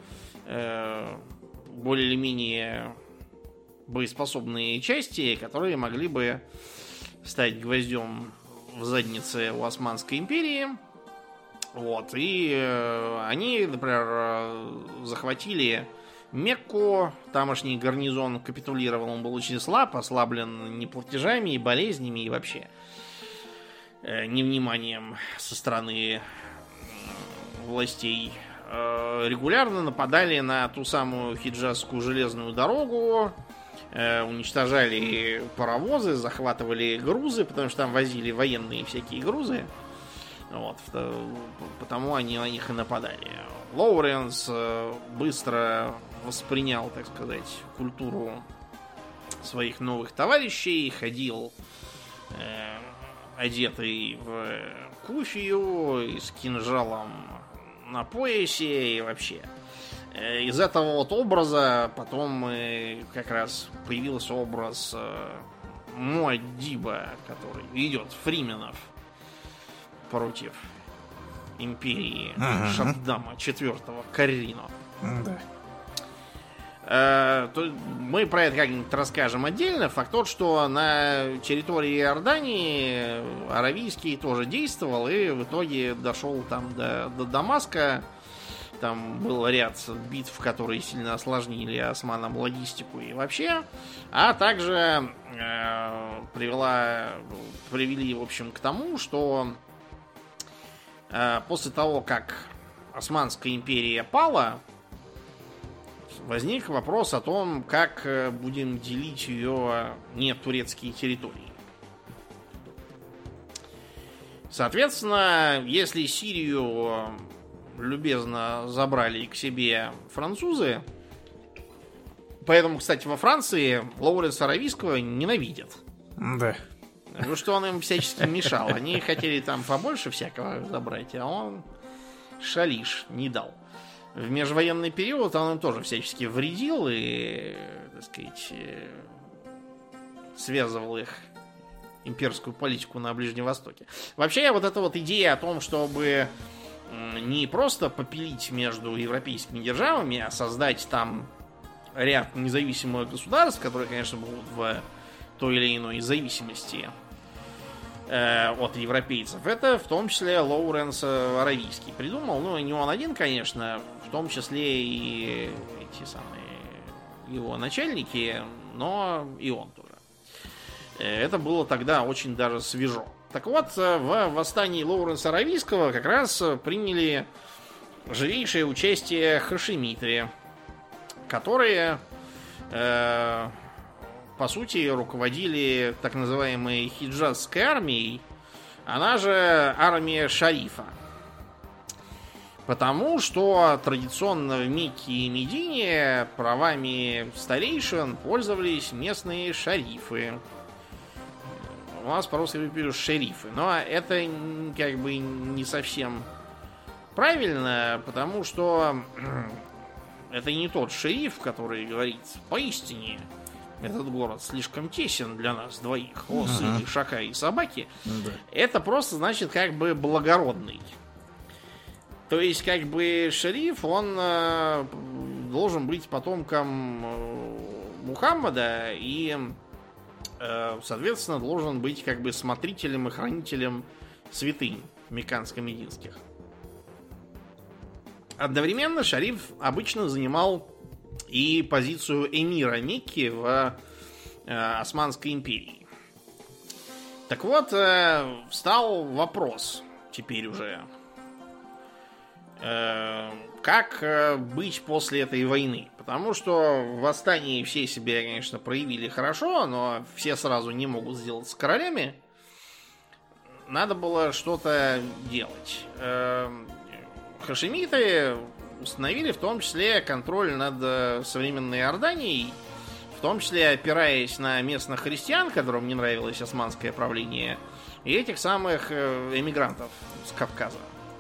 Speaker 2: более или менее боеспособные части, которые могли бы стать гвоздем в заднице у Османской империи. Вот. И они, например, захватили Мекку. Тамошний гарнизон капитулировал, он был очень слаб, ослаблен неплатежами, и болезнями, и вообще невниманием со стороны властей. Регулярно нападали на ту самую Хиджазскую железную дорогу, уничтожали паровозы, захватывали грузы, потому что там возили военные всякие грузы. Вот, потому они на них и нападали. Лоуренс быстро воспринял, так сказать, культуру своих новых товарищей, ходил одетый в куфию и с кинжалом на поясе и вообще. Из этого вот образа потом как раз появился образ Муаддиба, который ведет фрименов против империи Шаддама IV Каррино. Мы про это как-нибудь расскажем отдельно. Факт тот, что на территории Иордании Аравийский тоже действовал и в итоге дошел там до Дамаска. Там был ряд битв, которые сильно осложнили османам логистику и вообще. А также привели, в общем, к тому, что после того, как Османская империя пала, возник вопрос о том, как будем делить ее нетурецкие территории. Соответственно, если Сирию любезно забрали к себе французы, поэтому, кстати, во Франции Лоуренса Аравийского ненавидят.
Speaker 1: Да.
Speaker 2: Ну, что он им всячески мешал. Они хотели там побольше всякого забрать, а он шалиш не дал. В межвоенный период он им тоже всячески вредил и, так сказать, связывал их имперскую политику на Ближнем Востоке. Вообще, вот эта вот идея о том, чтобы не просто попилить между европейскими державами, а создать там ряд независимых государств, которые, конечно, будут в той или иной зависимости от европейцев. Это в том числе Лоуренс Аравийский придумал. Ну, не он один, конечно, в том числе и эти самые его начальники, но и он тоже. Это было тогда очень даже свежо. Так вот, в восстании Лоуренса Аравийского как раз приняли живейшее участие хашимиты, которые, по сути, руководили так называемой хиджазской армией, она же армия шарифа. Потому что традиционно в Мекке и Медине правами старейшин пользовались местные шарифы. У нас по-русски выпишут шерифы. Но это как бы не совсем правильно, потому что это не тот шериф, который говорит: поистине этот город слишком тесен для нас двоих, осы, ишака и собаки. Да. Это просто значит как бы благородный. То есть как бы шериф, он должен быть потомком Мухаммада и, соответственно, должен быть как бы смотрителем и хранителем святынь мекканско-мединских. Одновременно шариф обычно занимал и позицию эмира Мекки в Османской империи. Так вот, встал вопрос теперь уже, как быть после этой войны. Потому что в восстании все себя, конечно, проявили хорошо, но все сразу не могут сделаться королями. Надо было что-то делать. Хашемиты установили в том числе контроль над современной Иорданией, в том числе опираясь на местных христиан, которым не нравилось османское правление, и этих самых эмигрантов с Кавказа.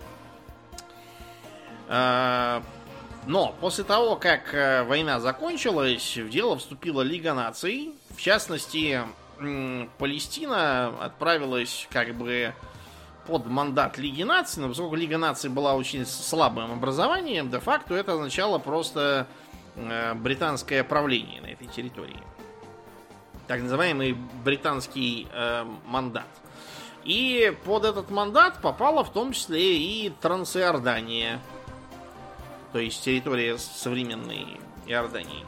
Speaker 2: Но после того, как война закончилась, в дело вступила Лига наций. В частности, Палестина отправилась как бы под мандат Лиги наций, но поскольку Лига наций была очень слабым образованием, де-факто это означало просто британское правление на этой территории. Так называемый британский мандат. И под этот мандат попала в том числе и Трансиордания, то есть территория современной Иордании.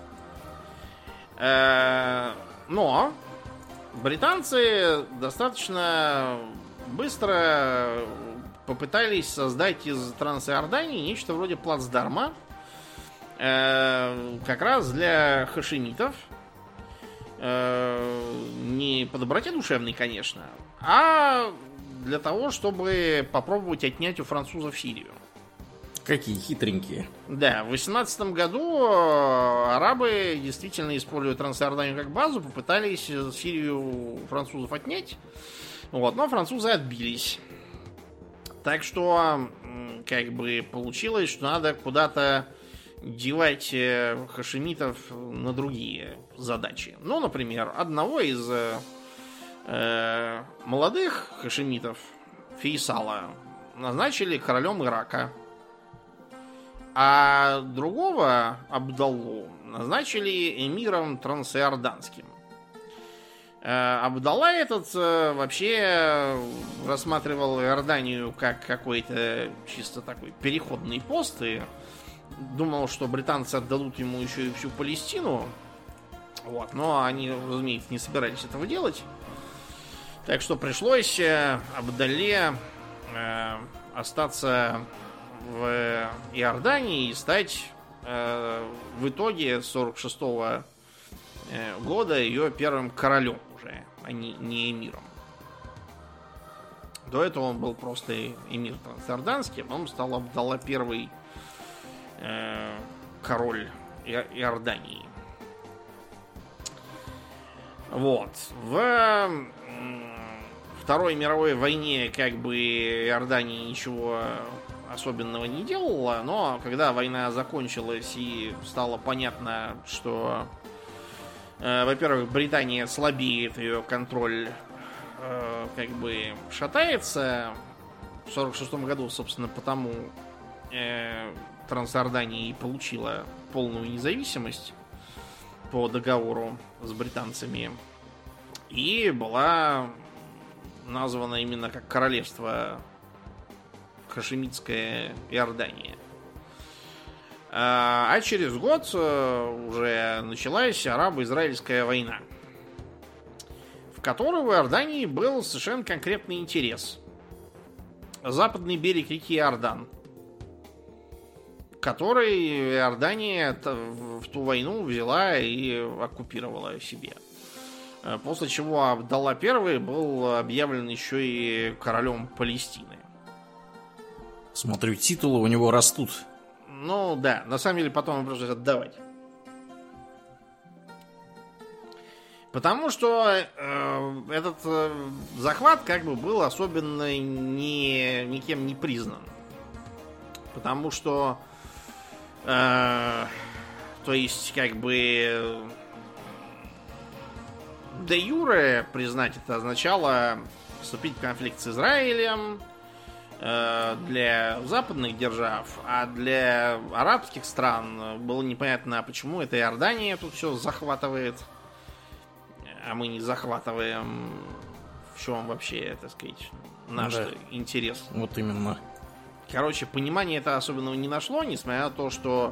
Speaker 2: Но британцы достаточно быстро попытались создать из Трансиордании нечто вроде плацдарма, как раз для хашемитов. Не по доброте душевной, конечно, а для того, чтобы попробовать отнять у французов Сирию.
Speaker 1: Какие хитренькие.
Speaker 2: Да, в 18 году арабы, действительно используя Трансиорданию как базу, попытались Сирию у французов отнять. Вот, но французы отбились. Так что, как бы, получилось, что надо куда-то девать хашемитов на другие задачи. Ну, например, одного из молодых хашемитов, Фейсала, назначили королем Ирака. А другого, Абдаллу, назначили эмиром трансиорданским. Абдалла этот вообще рассматривал Иорданию как какой-то чисто такой переходный пост и думал, что британцы отдадут ему еще и всю Палестину. Вот, но они, разумеется, не собирались этого делать. Так что пришлось Абдалле остаться в Иордании и стать в итоге с 46-го года ее первым королем уже, а не эмиром. До этого он был просто эмир трансиорданский, а потом стал Абдалла первый король Иордании. Вот. В Второй мировой войне как бы Иордания ничего особенного не делала, но когда война закончилась и стало понятно, что, во-первых, Британия слабеет, ее контроль как бы шатается. В 1946 году, собственно, потому Трансиордания и получила полную независимость по договору с британцами и была названа именно как королевство Хашемитская Иордания. А через год уже началась арабо-израильская война, в которой у Иордании был совершенно конкретный интерес. Западный берег реки Иордан, который Иордания в ту войну взяла и оккупировала себе. После чего Абдалла I был объявлен еще и королем Палестины.
Speaker 1: Смотрю, титулы у него растут.
Speaker 2: Ну да, на самом деле потом им пришлось отдавать. Потому что этот захват как бы был особенно никем не признан. Потому что то есть как бы де юре признать это означало вступить в конфликт с Израилем, для западных держав, а для арабских стран было непонятно, почему это Иордания тут все захватывает, а мы не захватываем. В чем вообще, так сказать, наш интерес.
Speaker 1: Вот именно.
Speaker 2: Короче, понимания это особенного не нашло, несмотря на то, что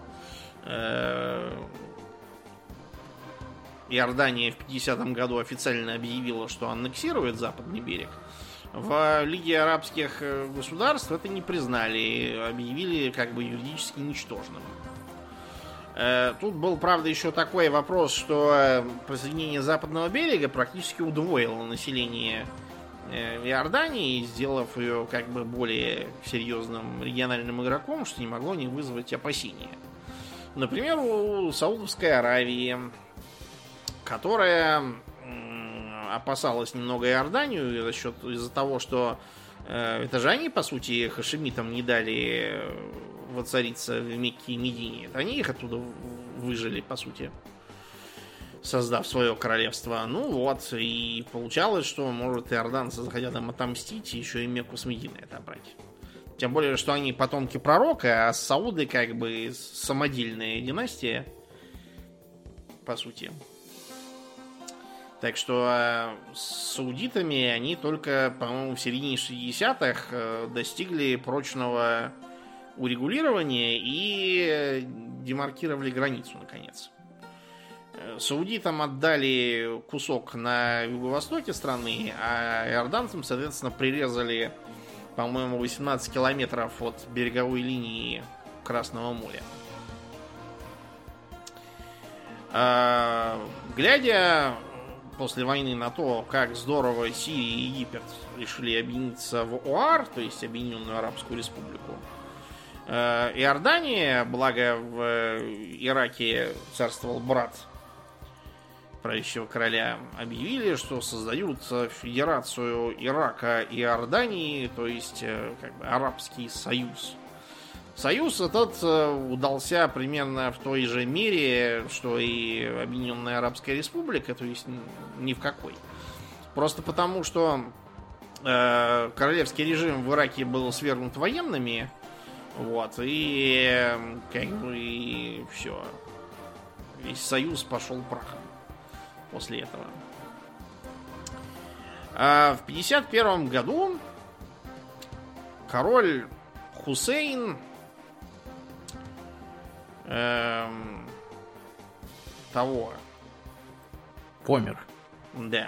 Speaker 2: Иордания в 50-м году официально объявила, что аннексирует западный берег. В Лиге арабских государств это не признали, объявили как бы юридически ничтожным. Тут был, правда, еще такой вопрос, что присоединение западного берега практически удвоило население Иордании, сделав ее как бы более серьезным региональным игроком, что не могло не вызвать опасения. Например, у Саудовской Аравии, которая опасалась немного Иорданию из-за того, что это же они, по сути, хашемитам не дали воцариться в Мекке и Медине. Они их оттуда выжили, по сути, создав свое королевство. Ну вот, и получалось, что, может, иорданцы захотят им отомстить, еще и Мекку с Мединой отобрать. Тем более, что они потомки пророка, а сауды как бы самодельная династия, по сути. Так что с саудитами они только, по-моему, в середине 60-х достигли прочного урегулирования и демаркировали границу, наконец. Саудитам отдали кусок на юго-востоке страны, а иорданцам, соответственно, прирезали, по-моему, 18 километров от береговой линии Красного моря. Глядя после войны на то, как здорово Сирия и Египет решили объединиться в ОАР, то есть Объединенную Арабскую Республику, Иордания, благо в Ираке царствовал брат правящего короля, объявили, что создают федерацию Ирака и Иордании, то есть как бы Арабский союз. Союз этот удался примерно в той же мере, что и Объединенная Арабская Республика, то есть ни в какой. Просто потому, что королевский режим в Ираке был свергнут военными, вот, и как бы и все. Весь союз пошел прахом после этого. А в 51 году король Хусейн
Speaker 1: помер.
Speaker 2: Да.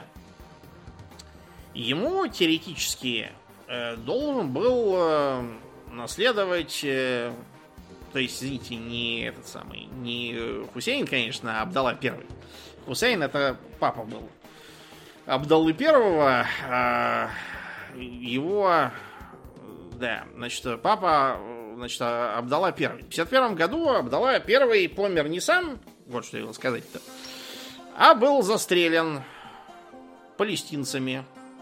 Speaker 2: Ему теоретически должен был наследовать, то есть, извините, не этот самый, не Хусейн, конечно, а Абдалла I. Хусейн это папа был Абдаллы I, его, да, значит, папа, значит, Абдалла I. В 51 году Абдалла I помер не сам, вот что я хотел сказать-то, а был застрелен палестинцами.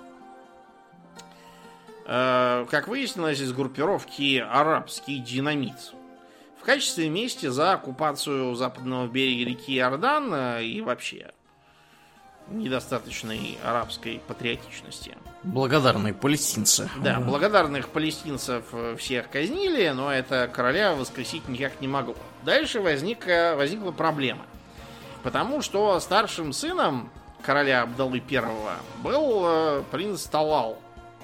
Speaker 2: Как выяснилось, из группировки «Арабский динамит». В качестве мести за оккупацию западного берега реки Иордан и вообще недостаточной арабской патриотичности.
Speaker 1: Благодарные палестинцы.
Speaker 2: Да, благодарных палестинцев всех казнили, но это короля воскресить никак не могло. Дальше возникла проблема. Потому что старшим сыном короля Абдаллы I был принц Талал.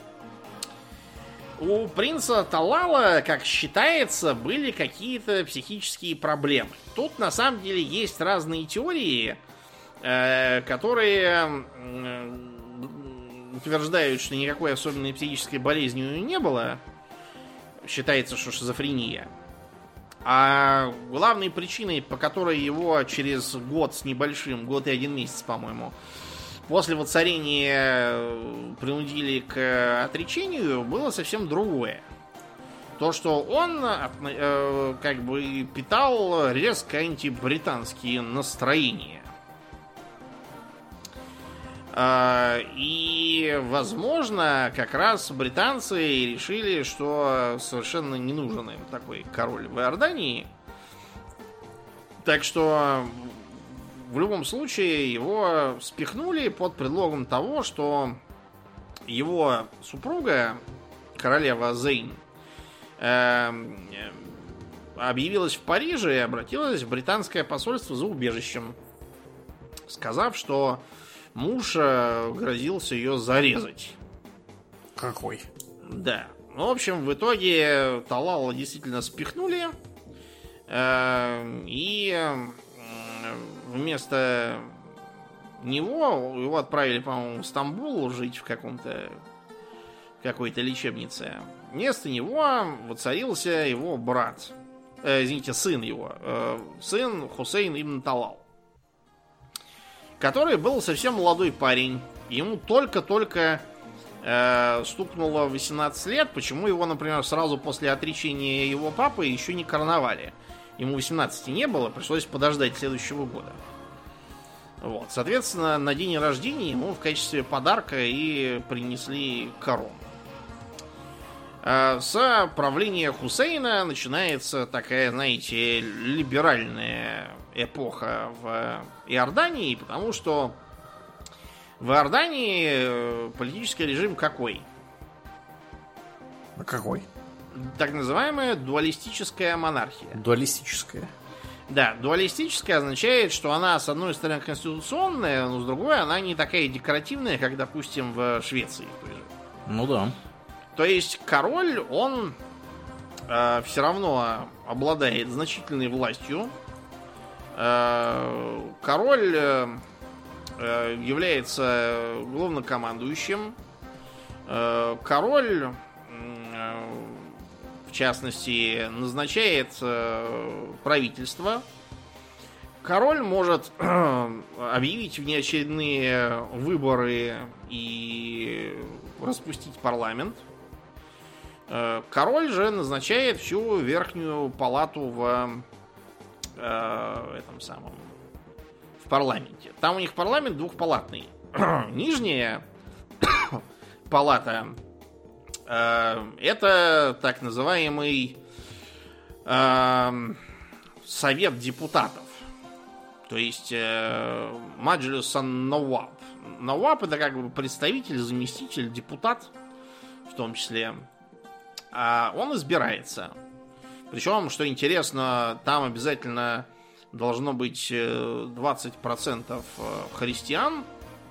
Speaker 2: У принца Талала, как считается, были какие-то психические проблемы. Тут на самом деле есть разные теории, которые утверждают, что никакой особенной психической болезни у него не было. Считается, что шизофрения. А главной причиной, по которой его через год с небольшим, год и 1 месяц, по-моему, после воцарения принудили к отречению, было совсем другое. То, что он как бы питал резко антибританские настроения. И, возможно, как раз британцы решили, что совершенно не нужен им такой король в Иордании. Так что в любом случае его спихнули под предлогом того, что его супруга королева Зейн, объявилась в Париже и обратилась в британское посольство за убежищем, сказав, что муж грозился ее зарезать.
Speaker 1: Какой?
Speaker 2: Да. Ну, в общем, в итоге Талала действительно спихнули. И вместо него его отправили, по-моему, в Стамбул жить в какой-то лечебнице. Вместо него воцарился его брат. Сын его. Сын Хусейн ибн Талал. Который был совсем молодой парень. Ему только-только стукнуло 18 лет. Почему его, например, сразу после отречения его папы еще не короновали? Ему 18 не было, пришлось подождать следующего года. Вот. Соответственно, на день рождения ему в качестве подарка и принесли корону. С правления Хусейна начинается такая, знаете, либеральная эпоха в Иордании, потому что в Иордании политический режим какой?
Speaker 1: Какой?
Speaker 2: Так называемая дуалистическая монархия.
Speaker 1: Дуалистическая.
Speaker 2: Да, дуалистическая означает, что она, с одной стороны, конституционная, но с другой она не такая декоративная, как, допустим, в Швеции.
Speaker 1: Ну да.
Speaker 2: То есть король, он все равно обладает значительной властью. Король является главнокомандующим. Король, в частности, назначает правительство. Король может объявить внеочередные выборы и распустить парламент. Король же назначает всю верхнюю палату в парламенте. Там у них парламент двухпалатный. Нижняя палата это так называемый совет депутатов. То есть Маджлис ан-Наваб. Наваб это как бы представитель, заместитель, депутат в том числе. Он избирается. Причем, что интересно, там обязательно должно быть 20% христиан,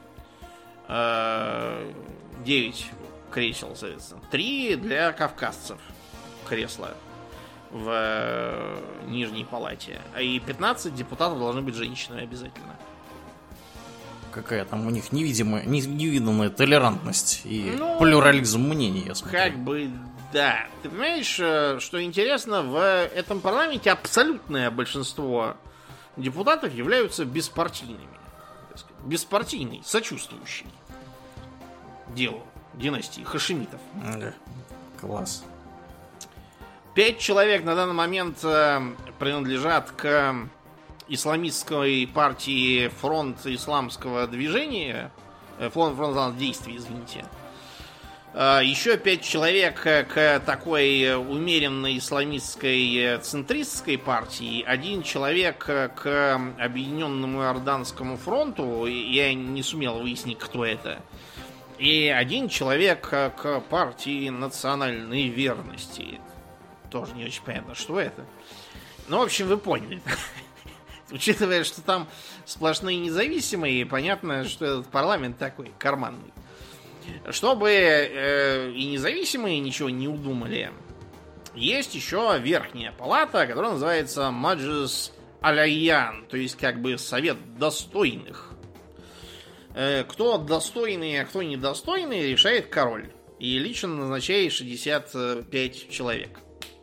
Speaker 2: 9 кресел, соответственно, 3 для кавказцев кресла в нижней палате, и 15 депутатов должны быть женщинами обязательно.
Speaker 1: Какая там у них невиданная толерантность и плюрализм мнений, я смотрю.
Speaker 2: Как бы, да. Ты понимаешь, что интересно, в этом парламенте абсолютное большинство депутатов являются беспартийными. Беспартийный, сочувствующий делу династии хашимитов.
Speaker 1: Да. Класс.
Speaker 2: 5 человек на данный момент принадлежат к исламистской партии Фронт исламского движения. Фронт действий, извините. Еще 5 человек к такой умеренной исламистской центристской партии. 1 человек к Объединенному Иорданскому фронту. Я не сумел выяснить, кто это. И 1 человек к партии национальной верности. Тоже не очень понятно, что это. Ну, в общем, вы поняли. Учитывая, что там сплошные независимые, понятно, что этот парламент такой карманный. Чтобы и независимые ничего не удумали, есть еще верхняя палата, которая называется Маджлис Аляйян, то есть как бы совет достойных. Кто достойный, а кто недостойный, решает король. И лично назначает 65 человек.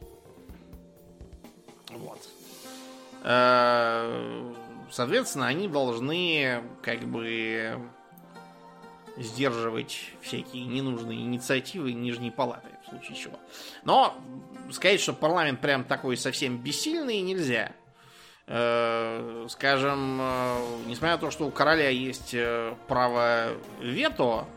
Speaker 2: Вот. Соответственно, они должны как бы сдерживать всякие ненужные инициативы нижней палаты, в случае чего. Но сказать, что парламент прям такой совсем бессильный, нельзя. Скажем, несмотря на то, что у короля есть право вето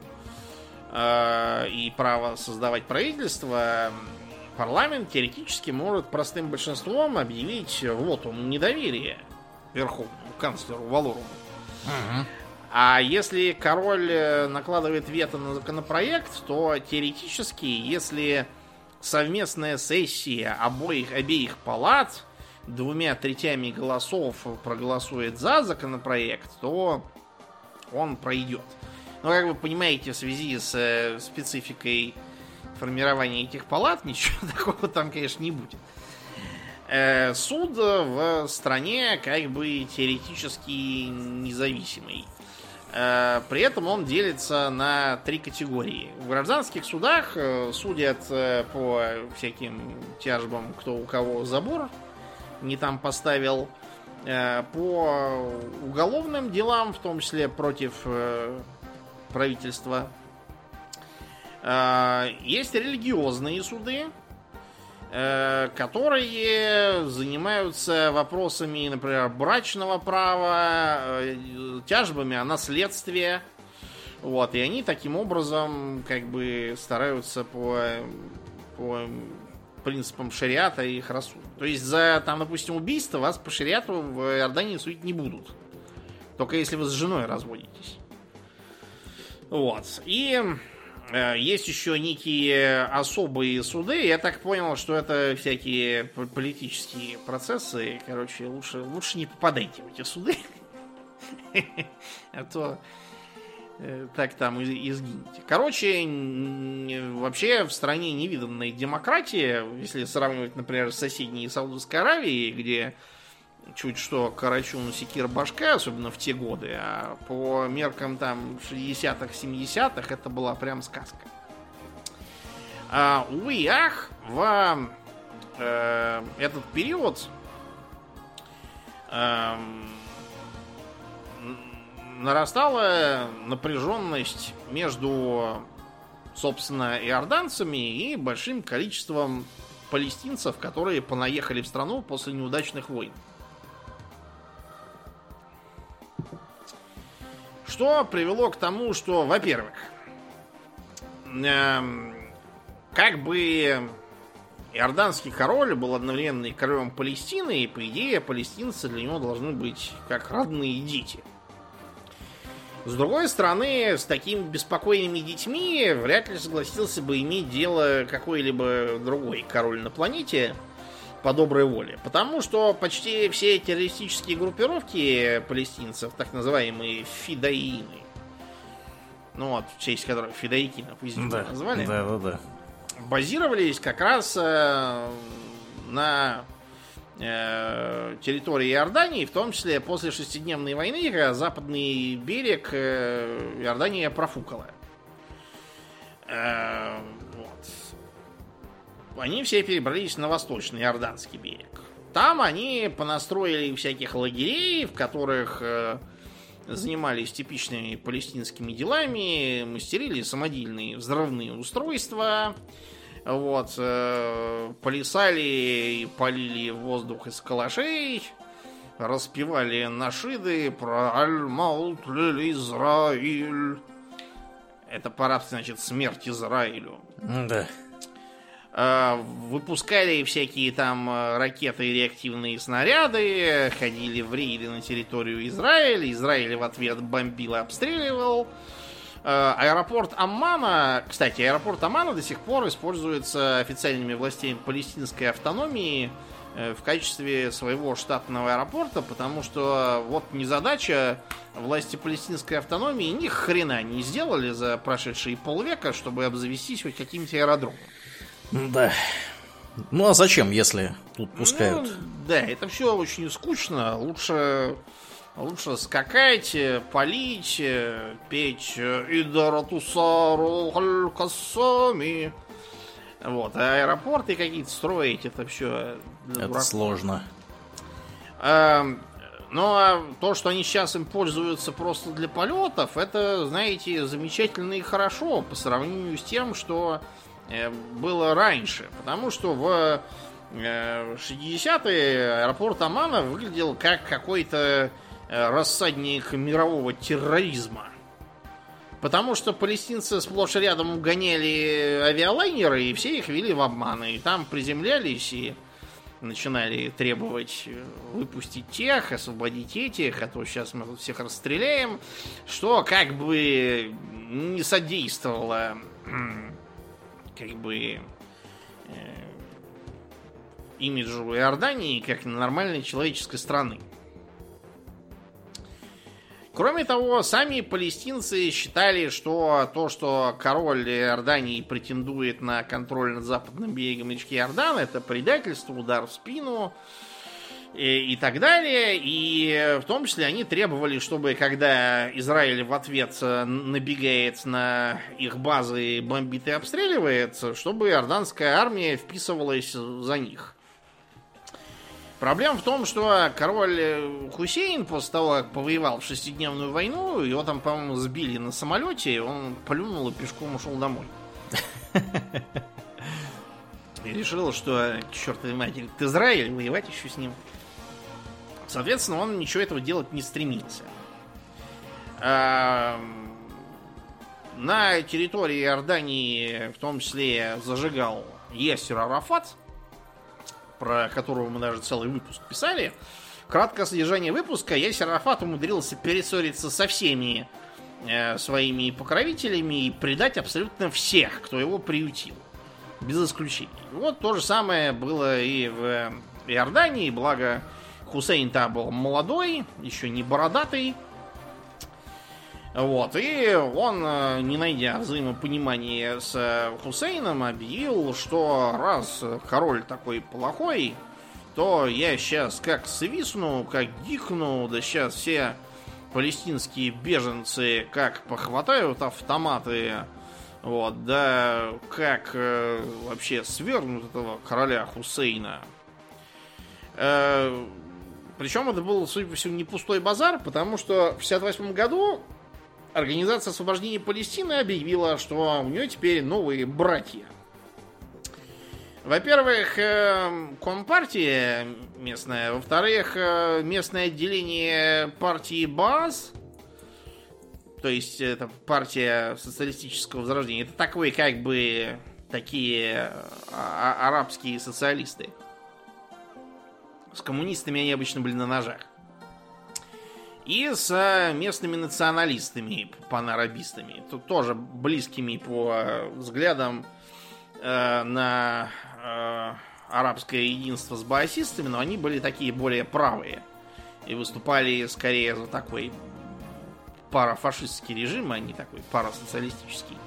Speaker 2: и право создавать правительство, парламент теоретически может простым большинством объявить вотум недоверия верховному канцлеру Валоруму. А если король накладывает вето на законопроект, то теоретически, если совместная сессия обеих палат 2/3 голосов проголосует за законопроект, то он пройдет. Но, как вы понимаете, в связи с спецификой формирования этих палат, ничего такого там, конечно, не будет. Суд в стране как бы теоретически независимый. При этом он делится на 3 категории. В гражданских судах судят по всяким тяжбам, кто у кого забор не там поставил. По уголовным делам, в том числе против правительства. Есть религиозные суды, которые занимаются вопросами, например, брачного права, тяжбами о наследстве. Вот, и они таким образом как бы стараются по принципам шариата их рассудить. То есть за, там, допустим, убийство вас по шариату в Иордании судить не будут. Только если вы с женой разводитесь. Вот. И есть еще некие особые суды. Я так понял, что это всякие политические процессы. Короче, лучше не попадайте в эти суды. А то так там и сгинете. Короче, вообще в стране невиданная демократия. Если сравнивать, например, с соседней Саудовской Аравией, где чуть что Карачун секир башка, особенно в те годы, а по меркам там 60-х, 70-х это была прям сказка. Увы и ах, в этот период нарастала напряженность между, собственно, иорданцами и большим количеством палестинцев, которые понаехали в страну после неудачных войн. Что привело к тому, что, во-первых, как бы иорданский король был одновременно и королем Палестины, и, по идее, палестинцы для него должны быть как родные дети. С другой стороны, с такими беспокойными детьми вряд ли согласился бы иметь дело какой-либо другой король на планете по доброй воле. Потому что почти все террористические группировки палестинцев, так называемые фидаины, ну вот, в честь которых фидаикинов назвали,
Speaker 1: да.
Speaker 2: базировались как раз на территории Иордании, в том числе после шестидневной войны, когда западный берег Иордания профукала. Они все перебрались на восточный Иорданский берег. Там они понастроили всяких лагерей, в которых занимались типичными палестинскими делами, мастерили самодельные взрывные устройства, вот, плясали и полили воздух из калашей, распевали нашиды про «Аль-Маут лиль-Израиль». Это по-арабски значит «смерть Израилю».
Speaker 1: Да.
Speaker 2: Выпускали всякие там ракеты и реактивные снаряды, ходили в рейды на территорию Израиля. Израиль в ответ бомбил и обстреливал. Аэропорт Аммана, кстати, аэропорт Аммана до сих пор используется официальными властями палестинской автономии в качестве своего штатного аэропорта, потому что вот незадача, власти палестинской автономии ни хрена не сделали за прошедшие полвека, чтобы обзавестись хоть каким-то аэродромом.
Speaker 1: Да. Ну а зачем, если тут пускают?
Speaker 2: Ну, да, это все очень скучно. Лучше скакать, палить, петь «Идаратусару халь-кассами». Вот, а аэропорты какие-то строить, это все для
Speaker 1: это
Speaker 2: дураков.
Speaker 1: сложно.
Speaker 2: Ну, а то, что они сейчас им пользуются просто для полетов, это, знаете, замечательно и хорошо по сравнению с тем, что было раньше. Потому что в 60-е аэропорт Аммана выглядел как какой-то рассадник мирового терроризма. Потому что палестинцы сплошь и рядом угоняли авиалайнеры, и все их вели в обман. И там приземлялись и начинали требовать выпустить тех, освободить этих, а то сейчас мы тут всех расстреляем, что как бы не содействовало как бы имиджу Иордании как нормальной человеческой страны. Кроме того, сами палестинцы считали, что то, что король Иордании претендует на контроль над западным берегом речки Иордан, это предательство, удар в спину и так далее. И в том числе они требовали, чтобы когда Израиль в ответ набегает на их базы, бомбит и обстреливает, чтобы иорданская армия вписывалась за них. Проблема в том, что король Хусейн после того, как повоевал в шестидневную войну, его там, по-моему, сбили на самолете, он плюнул и пешком ушел домой. И решил, что, к чертовой матери, Израиль, воевать еще с ним. Соответственно, он ничего этого делать не стремился. На территории Иордании, в том числе, зажигал Ясер Арафат, про которого мы даже целый выпуск писали. Краткое содержание выпуска: Ясер Арафат умудрился перессориться со всеми своими покровителями и предать абсолютно всех, кто его приютил. Без исключений. Вот то же самое было и в Иордании, благо Хусейн-то был молодой, еще не бородатый. Вот, и он, не найдя взаимопонимания с Хусейном, объявил, что раз король такой плохой, то я сейчас как свистну, как дихну, да сейчас все палестинские беженцы как похватают автоматы, вот, да как вообще свергнут этого короля Хусейна. Причем это был, судя по всему, не пустой базар, потому что в 1968 году Организация освобождения Палестины объявила, что у нее теперь новые братья. Во-первых, Компартия местная. Во-вторых, местное отделение партии Баас. То есть это партия социалистического возрождения. Это такой, как бы, такие арабские социалисты. С коммунистами они обычно были на ножах. И с местными националистами, панарабистами, тут тоже близкими по взглядам на арабское единство с баасистами, но они были такие более правые и выступали скорее за такой парафашистский режим, а не такой парасоциалистический.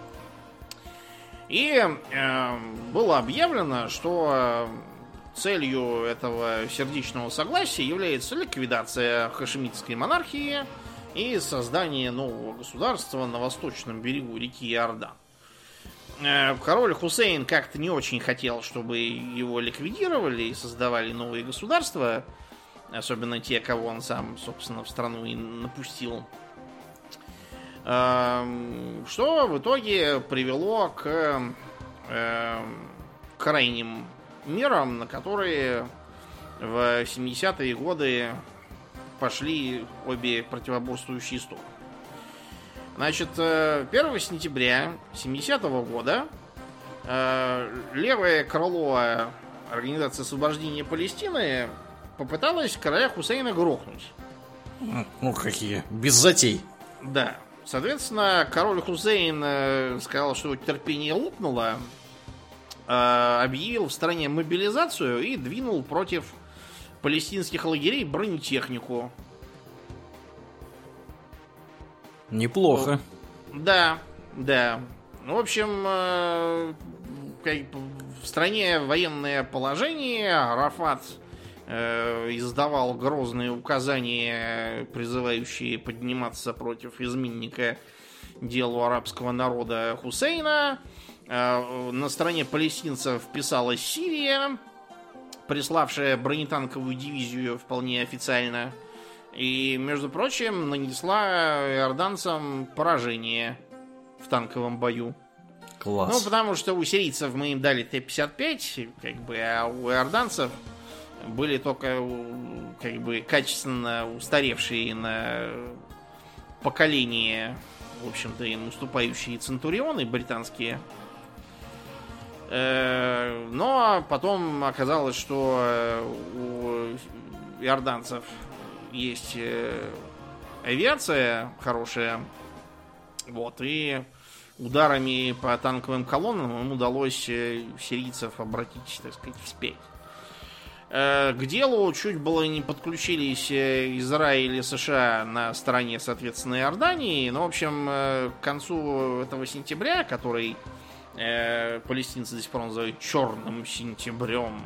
Speaker 2: И было объявлено, что целью этого сердечного согласия является ликвидация хашемитской монархии и создание нового государства на восточном берегу реки Иордан. Король Хусейн как-то не очень хотел, чтобы его ликвидировали и создавали новые государства, особенно те, кого он сам, собственно, в страну и напустил. Что в итоге привело к крайним мерам, на которые в 70-е годы пошли обе противоборствующие стороны. Значит, 1 сентября 70-го года левое крыло Организации освобождения Палестины попыталось короля Хусейна грохнуть.
Speaker 1: Ну, какие, без затей.
Speaker 2: Да. Соответственно, король Хусейн сказал, что терпение лопнуло, объявил в стране мобилизацию и двинул против палестинских лагерей бронетехнику.
Speaker 1: Неплохо.
Speaker 2: Да, да. В общем, в стране военное положение. Арафат издавал грозные указания, призывающие подниматься против изменника делу арабского народа Хусейна. На стороне палестинцев вписалась Сирия, приславшая бронетанковую дивизию вполне официально. И, между прочим, нанесла иорданцам поражение в танковом бою.
Speaker 1: Класс.
Speaker 2: Ну, потому что у сирийцев мы им дали Т-55, как бы, а у иорданцев были только, как бы, качественно устаревшие на поколение, в общем-то, им уступающие центурионы британские. Но потом оказалось, что у иорданцев есть авиация хорошая. Вот, и ударами по танковым колоннам им удалось сирийцев обратить, так сказать, вспять. К делу чуть было не подключились Израиль и США на стороне, соответственно, Иордании. Но, в общем, к концу этого сентября, который палестинцы до сих пор называют черным сентябрем,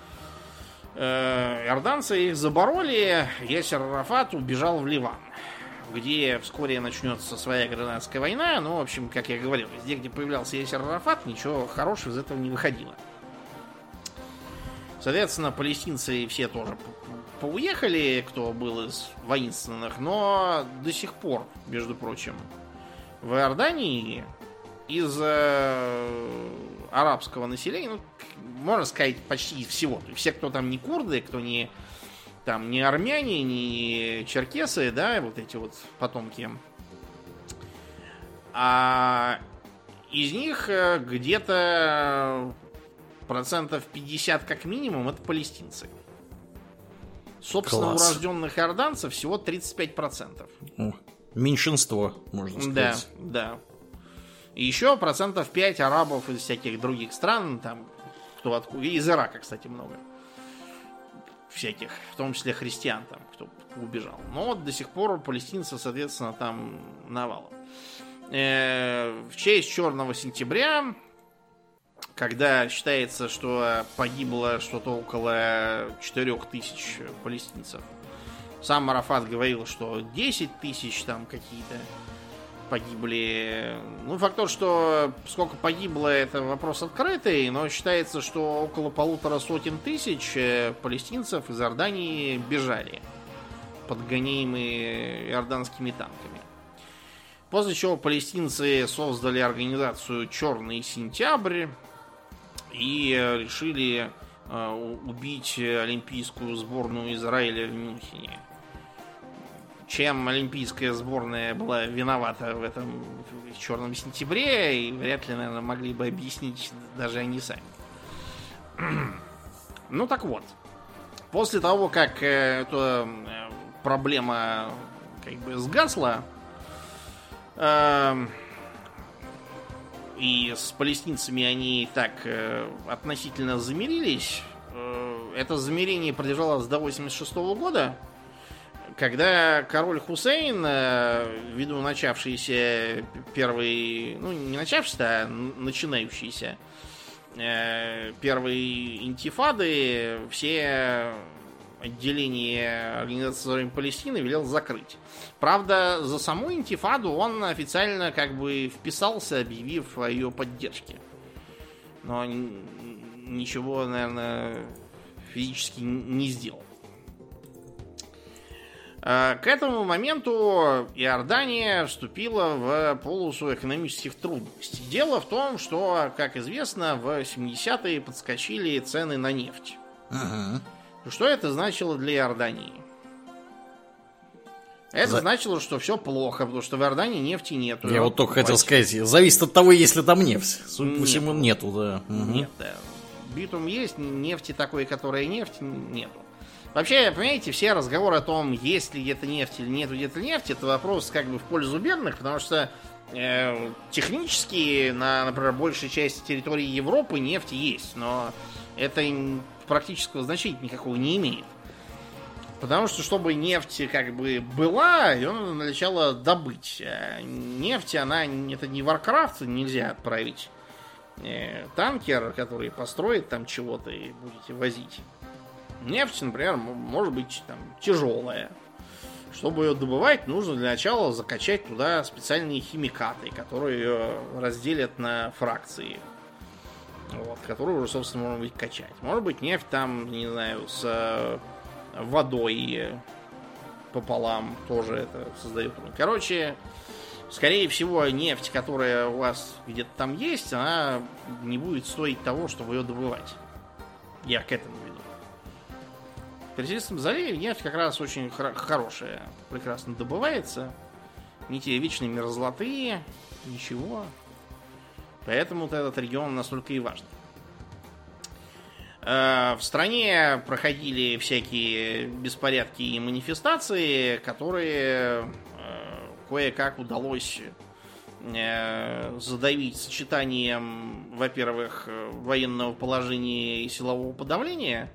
Speaker 2: иорданцы их забороли. Ясер Арафат убежал в Ливан, где вскоре начнется своя гражданская война. Ну, в общем, как я говорил, везде, где появлялся Ясер Арафат, ничего хорошего из этого не выходило. Соответственно, палестинцы все тоже поуехали, кто был из воинственных, но до сих пор, между прочим, в Иордании из арабского населения, ну, можно сказать, почти из всего. То есть все, кто там не курды, кто не там не армяне, не черкесы, да, вот эти вот потомки. А из них где-то 50% как минимум это палестинцы. Собственно,
Speaker 1: Класс.
Speaker 2: урожденных иорданцев всего 35%.
Speaker 1: Меньшинство, можно сказать.
Speaker 2: Да. И еще 5% арабов из всяких других стран, там, кто откуда. Из Ирака, кстати, много. Всяких, в том числе христиан, там, кто убежал. Но вот до сих пор палестинцев, соответственно, там навалом. В честь Черного сентября, когда считается, что погибло что-то около 4000 палестинцев. Сам Арафат говорил, что 10 тысяч там какие-то погибли. Ну, факт тот, что сколько погибло, это вопрос открытый, но считается, что около 150 тысяч палестинцев из Иордании бежали, подгоняемые иорданскими танками. После чего палестинцы создали организацию «Черный сентябрь» и решили убить олимпийскую сборную Израиля в Мюнхене. Чем олимпийская сборная была виновата в этом Черном сентябре, и вряд ли, наверное, могли бы объяснить даже они сами. Ну так вот, после того, как эта проблема как бы сгасла, и с палестинцами они так относительно замирились, это замирение продолжалось до 1986 года, когда король Хусейн, ввиду начавшейся первой, ну не начавшейся, а начинающейся первой интифады, все отделения Организации Палестины велел закрыть. Правда, за саму интифаду он официально как бы вписался, объявив о ее поддержке. Но ничего, наверное, физически не сделал. К этому моменту Иордания вступила в полосу экономических трудностей. Дело в том, что, как известно, в 70-е подскочили цены на нефть.
Speaker 1: Ага.
Speaker 2: Что это значило для Иордании? Это значило, что все плохо, потому что в Иордании нефти нету.
Speaker 1: Я вот только хотел сказать, зависит от того, есть ли там нефть. Судя по всему, нету, да.
Speaker 2: Нет, да. Битум есть, нефти такой, которая нефть, нету. Вообще, понимаете, все разговоры о том, есть ли где-то нефть или нету где-то нефти, это вопрос как бы в пользу бедных, потому что технически на, например, большей части территории Европы нефть есть, но это практического значения никакого не имеет. Потому что, чтобы нефть как бы была, ее надо сначала добыть. А нефть, она, это не Warcraft, нельзя отправить танкер, который построит там чего-то и будете возить. Нефть, например, может быть там тяжелая. Чтобы ее добывать, нужно для начала закачать туда специальные химикаты, которые ее разделят на фракции. Вот, которые уже, собственно, можно быть качать. Может быть, нефть там, не знаю, с водой пополам тоже это создает. Короче, скорее всего, нефть, которая у вас где-то там есть, она не будет стоить того, чтобы ее добывать. Я к этому веду. В Персидском заливе нефть как раз очень хорошая, прекрасно добывается. Не те вечные мерзлоты, ничего. Поэтому вот этот регион настолько и важен. В стране проходили всякие беспорядки и манифестации, которые кое-как удалось задавить сочетанием, во-первых, военного положения и силового подавления,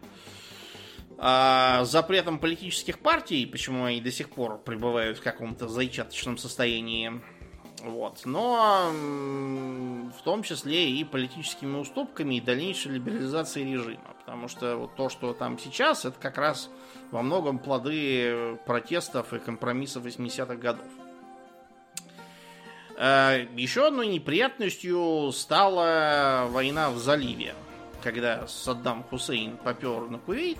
Speaker 2: запретом политических партий, почему они до сих пор пребывают в каком-то зачаточном состоянии, вот, но в том числе и политическими уступками и дальнейшей либерализацией режима, потому что вот то, что там сейчас, это как раз во многом плоды протестов и компромиссов 80-х годов. Еще одной неприятностью стала война в заливе, когда Саддам Хусейн попер на Кувейт.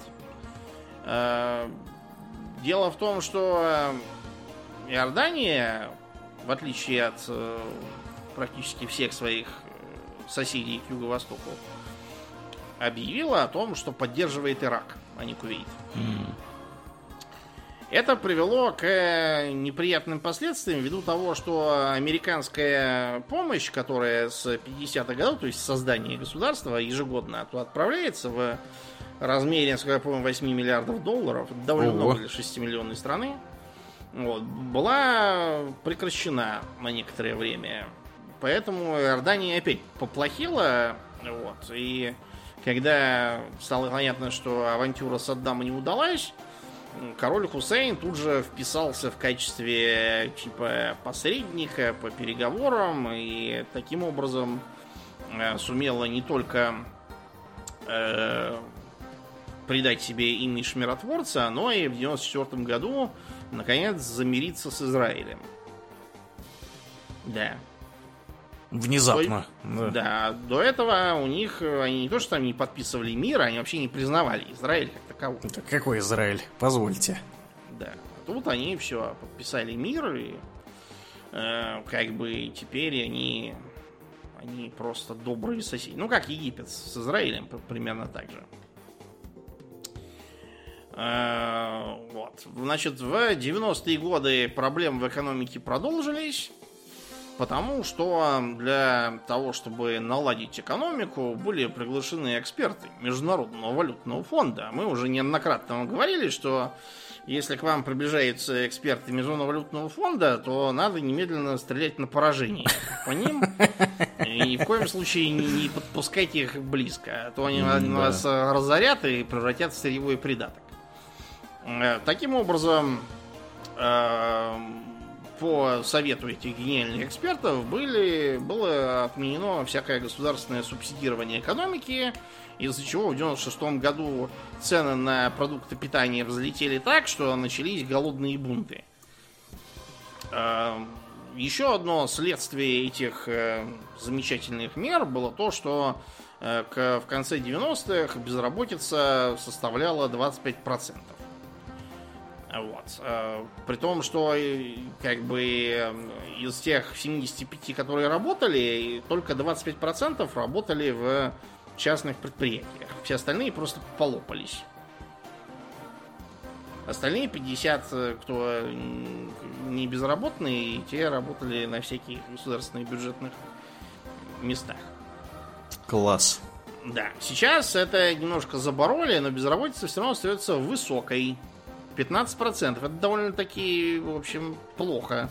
Speaker 2: Дело в том, что Иордания, в отличие от практически всех своих соседей к юго-востоку, объявила о том, что поддерживает Ирак, а не Кувейт. Это привело к неприятным последствиям ввиду того, что американская помощь, которая с 50-х годов, то есть создание государства, ежегодно туда отправляется в размере, насколько я помню, $8 миллиардов. Это довольно много для 6-миллионной страны. Вот, была прекращена на некоторое время. Поэтому Иордания опять поплохела. Вот, и когда стало понятно, что авантюра Саддама не удалась, король Хусейн тут же вписался в качестве типа посредника по переговорам и таким образом сумела не только придать себе имидж миротворца, но и в 1994 году наконец замириться с Израилем. Да.
Speaker 1: Внезапно.
Speaker 2: Да, до этого у них, они не то что там не подписывали мир, они вообще не признавали Израиль как таковой.
Speaker 1: Это какой Израиль? Позвольте.
Speaker 2: Да. Тут они все подписали мир, и как бы теперь они просто добрые соседи. Ну, как Египет с Израилем, примерно так же. Вот. Значит, в 90-е годы проблемы в экономике продолжились. Потому что для того, чтобы наладить экономику, были приглашены эксперты Международного валютного фонда. Мы уже неоднократно вам говорили, что если к вам приближаются эксперты Международного валютного фонда, то надо немедленно стрелять на поражение по ним. И ни в коем случае не подпускайте их близко, а то они вас разорят и превратят в сырьевой придаток. Таким образом, по совету этих гениальных экспертов было отменено всякое государственное субсидирование экономики, из-за чего в 1996 году цены на продукты питания взлетели так, что начались голодные бунты. Еще одно следствие этих замечательных мер было то, что в конце 90-х безработица составляла 25%. Вот. При том, что как бы из тех 75, которые работали, только 25% работали в частных предприятиях. Все остальные просто полопались. Остальные 50, кто не безработные, те работали на всяких государственных бюджетных местах.
Speaker 1: Класс.
Speaker 2: Да. Сейчас это немножко забороли, но безработица все равно остается высокой. 15%. Это довольно-таки, в общем, плохо.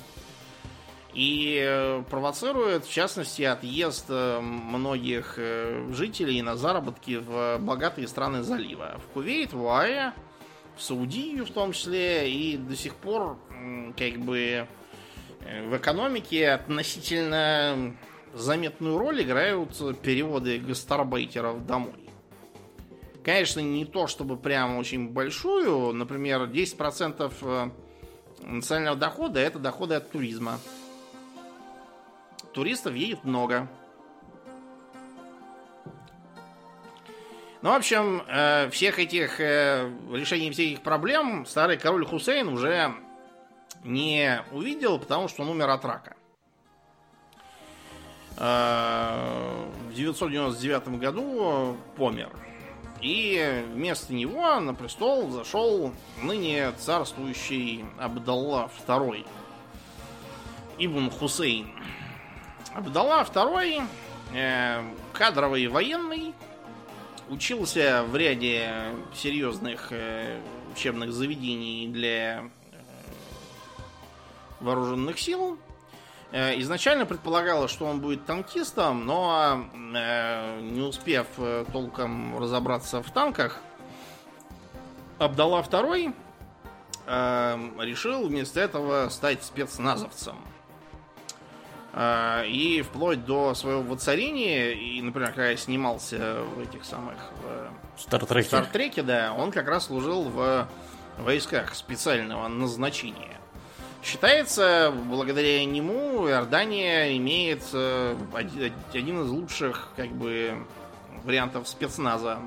Speaker 2: И провоцирует, в частности, отъезд многих жителей на заработки в богатые страны залива. В Кувейт, в ОАЭ, в Саудию в том числе. И до сих пор, как бы, в экономике относительно заметную роль играют переводы гастарбайтеров домой. Конечно, не то, чтобы прям очень большую. Например, 10% национального дохода – это доходы от туризма. Туристов едет много. Ну, в общем, решение всех этих проблем старый король Хусейн уже не увидел, потому что он умер от рака. В 999 году помер. И вместо него на престол зашел ныне царствующий Абдалла II Ибн Хусейн. Абдалла II кадровый военный, Учился в ряде серьезных учебных заведений для вооруженных сил. Изначально предполагалось, что он будет танкистом, но не успев толком разобраться в танках, Абдалла II решил вместо этого стать спецназовцем. И вплоть до своего воцарения, и, например, когда я снимался в этих самых Стартреке, да, он как раз служил в войсках специального назначения. Считается, благодаря нему Иордания имеет один из лучших, как бы, вариантов спецназа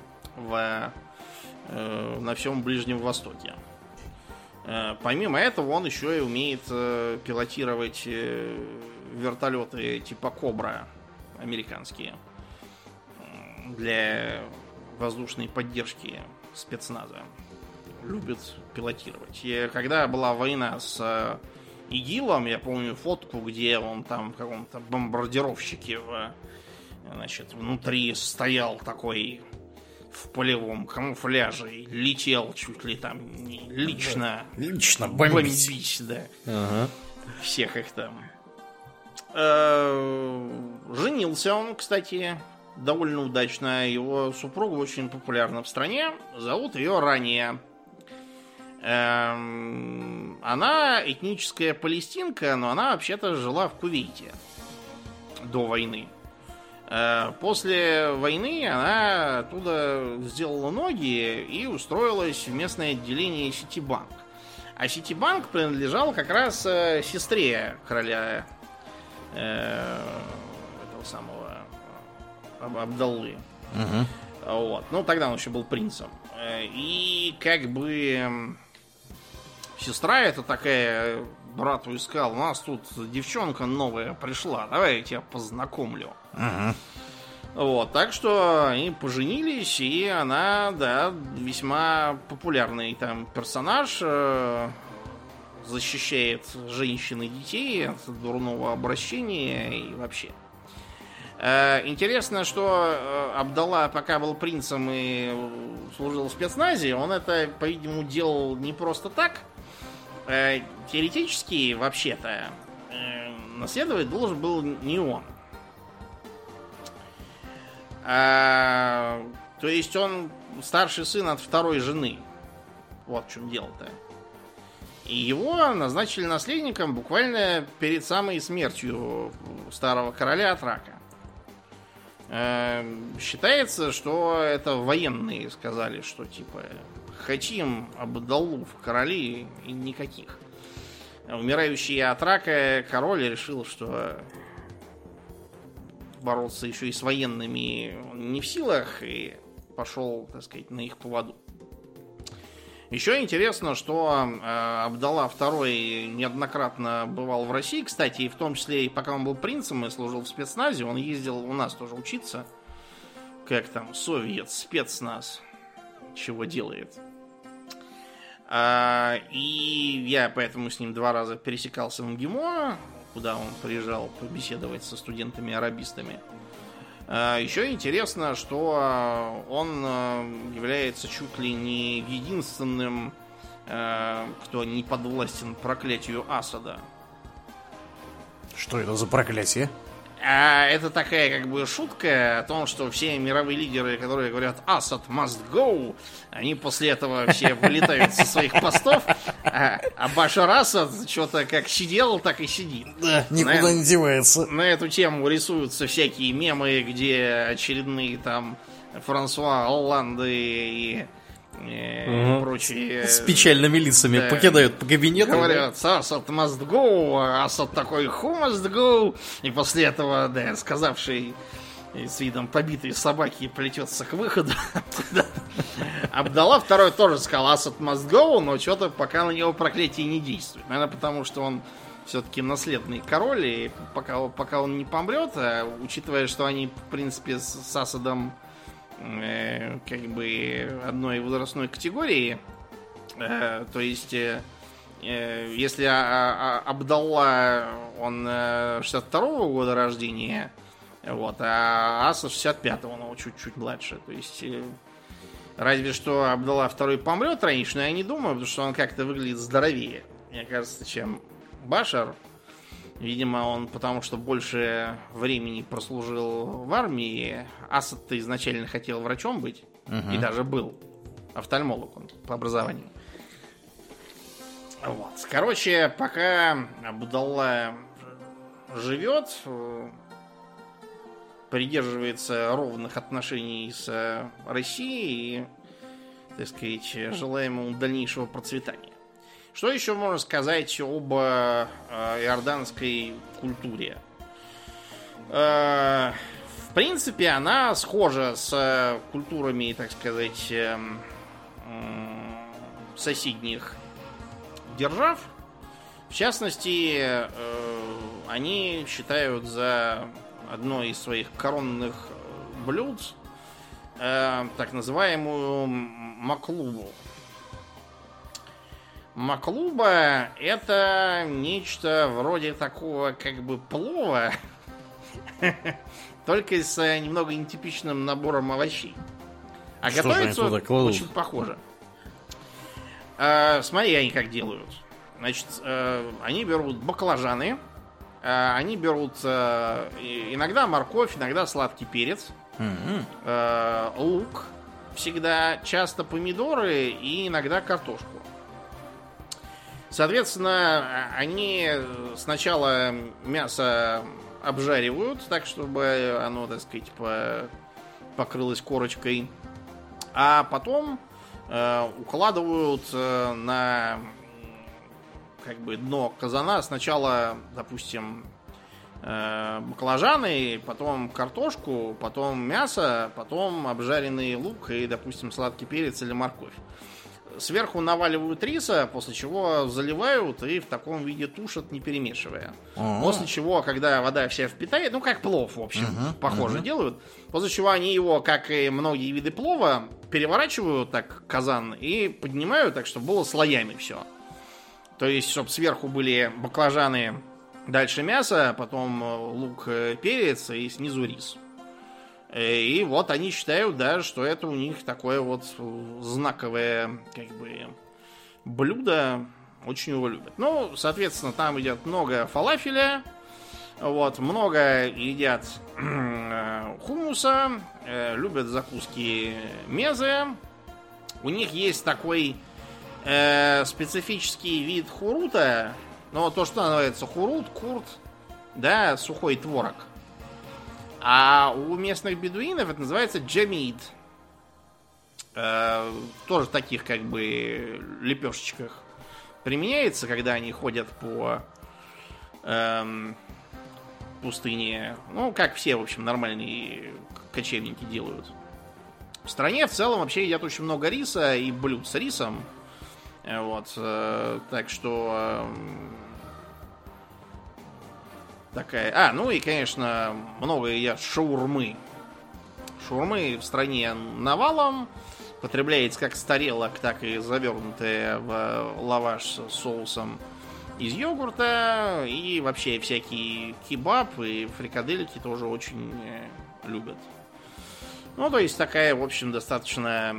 Speaker 2: на всем Ближнем Востоке. Помимо этого, он еще и умеет пилотировать вертолеты типа Кобра американские для воздушной поддержки спецназа. Любит пилотировать. И когда была война с ИГИЛом, я помню фотку, где он там в каком-то бомбардировщике внутри стоял такой в полевом камуфляже и летел чуть ли там лично бомбить, да.
Speaker 1: Ага.
Speaker 2: Всех их там. Женился он, кстати, довольно удачно. Его супруга очень популярна в стране. Зовут ее Рания. Она этническая палестинка, но она вообще-то жила в Кувейте до войны. После войны она оттуда сделала ноги и устроилась в местное отделение Ситибанк. А Ситибанк принадлежал как раз сестре короля этого самого Абдаллы.
Speaker 1: Угу.
Speaker 2: Вот. Ну, тогда он еще был принцем. И как бы сестра эта такая брату искала: у нас тут девчонка новая пришла, давай я тебя познакомлю.
Speaker 1: Угу.
Speaker 2: Вот, так что они поженились, и она, да, весьма популярный там персонаж, защищает женщин и детей от дурного обращения и вообще. Интересно, что Абдалла, пока был принцем и служил в спецназе, он это, по-видимому, делал не просто так. Теоретически, вообще-то, наследовать должен был не он. То есть он старший сын от второй жены. Вот в чем дело-то. И его назначили наследником буквально перед самой смертью старого короля от рака. Считается, что это военные сказали, что типа хотим Абдаллу в короли, и никаких. Умирающий от рака король решил, что бороться еще и с военными он не в силах, и пошел, так сказать, на их поводу. Еще интересно, что Абдалла II неоднократно бывал в России, кстати, и в том числе, и пока он был принцем и служил в спецназе, он ездил у нас тоже учиться, как там, совет, спецназ, чего делает. И я поэтому с ним 2 раза пересекался в МГИМО, куда он приезжал побеседовать со студентами-арабистами. Еще интересно, что он является чуть ли не единственным, кто не подвластен проклятию Асада.
Speaker 1: Что это за проклятие?
Speaker 2: Это такая как бы шутка о том, что все мировые лидеры, которые говорят «Асад must go», они после этого все вылетают со своих постов, а Башар Асад что-то как сидел, так и сидит.
Speaker 1: Да, никуда не девается.
Speaker 2: На эту тему рисуются всякие мемы, где очередные там Франсуа Олланды и прочие...
Speaker 1: С печальными лицами, да, покидают по кабинету.
Speaker 2: Говорят, Асад must go, Асад такой who must go. И после этого, да, сказавший с видом побитой собаки плетется к выходу. Абдалла II тоже сказал Асад must go, но что-то пока на него проклятие не действует. Наверное, потому что он все-таки наследный король, и пока он не помрет, а учитывая, что они, в принципе, с Асадом как бы одной возрастной категории, то есть если Абдалла он 62-го года рождения, Вот, а Аса 65-го, ну, чуть-чуть младше. То есть, разве что Абдалла II помрет раньше, но я не думаю, потому что он как-то выглядит здоровее, мне кажется, чем Башар. Видимо, он потому что больше времени прослужил в армии. Асад-то изначально хотел врачом быть. И даже был. Офтальмолог он по образованию. Вот. Короче, пока Абдалла живет, придерживается ровных отношений с Россией и, так сказать, желаем ему дальнейшего процветания. Что еще можно сказать об иорданской культуре? В принципе, она схожа с культурами, так сказать, соседних держав. В частности, они считают за одно из своих коронных блюд так называемую маклубу. Маклуба — это нечто вроде такого как бы плова, только с немного нетипичным набором овощей. А что готовится очень похоже. Смотри, они как делают. Значит, они берут баклажаны, они берут иногда морковь, иногда сладкий перец, лук всегда, часто помидоры и иногда картошку. Соответственно, они сначала мясо обжаривают, так, чтобы оно, так сказать, покрылось корочкой, а потом укладывают на как бы дно казана сначала, допустим, баклажаны, потом картошку, потом мясо, потом обжаренный лук и, допустим, сладкий перец или морковь. Сверху наваливают риса, после чего заливают и в таком виде тушат, не перемешивая. После чего, когда вода вся впитает, ну как плов, в общем, похоже делают. После чего они его, как и многие виды плова, переворачивают так казан и поднимают так, чтобы было слоями все. То есть, чтобы сверху были баклажаны, дальше мясо, потом лук, перец и снизу рис. И вот они считают, да, что это у них такое вот знаковое, как бы, блюдо. Очень его любят. Ну, соответственно, там едят много фалафеля, вот, много едят хумуса, любят закуски мезе. У них есть такой специфический вид хурута, но то, что называется хурут, курт, да, сухой творог. А у местных бедуинов это называется джамид. Тоже в таких как бы лепешечках применяется, когда они ходят по пустыне. Ну, как все, в общем, нормальные кочевники делают. В стране в целом вообще едят очень много риса и блюд с рисом. Вот. Так что... такая... ну и, конечно, много едят шаурмы. Шаурмы в стране навалом. Потребляется как с тарелок, так и завернутая в лаваш с соусом из йогурта. И вообще всякие кебаб и фрикадельки тоже очень любят. Ну, то есть такая, в общем, достаточно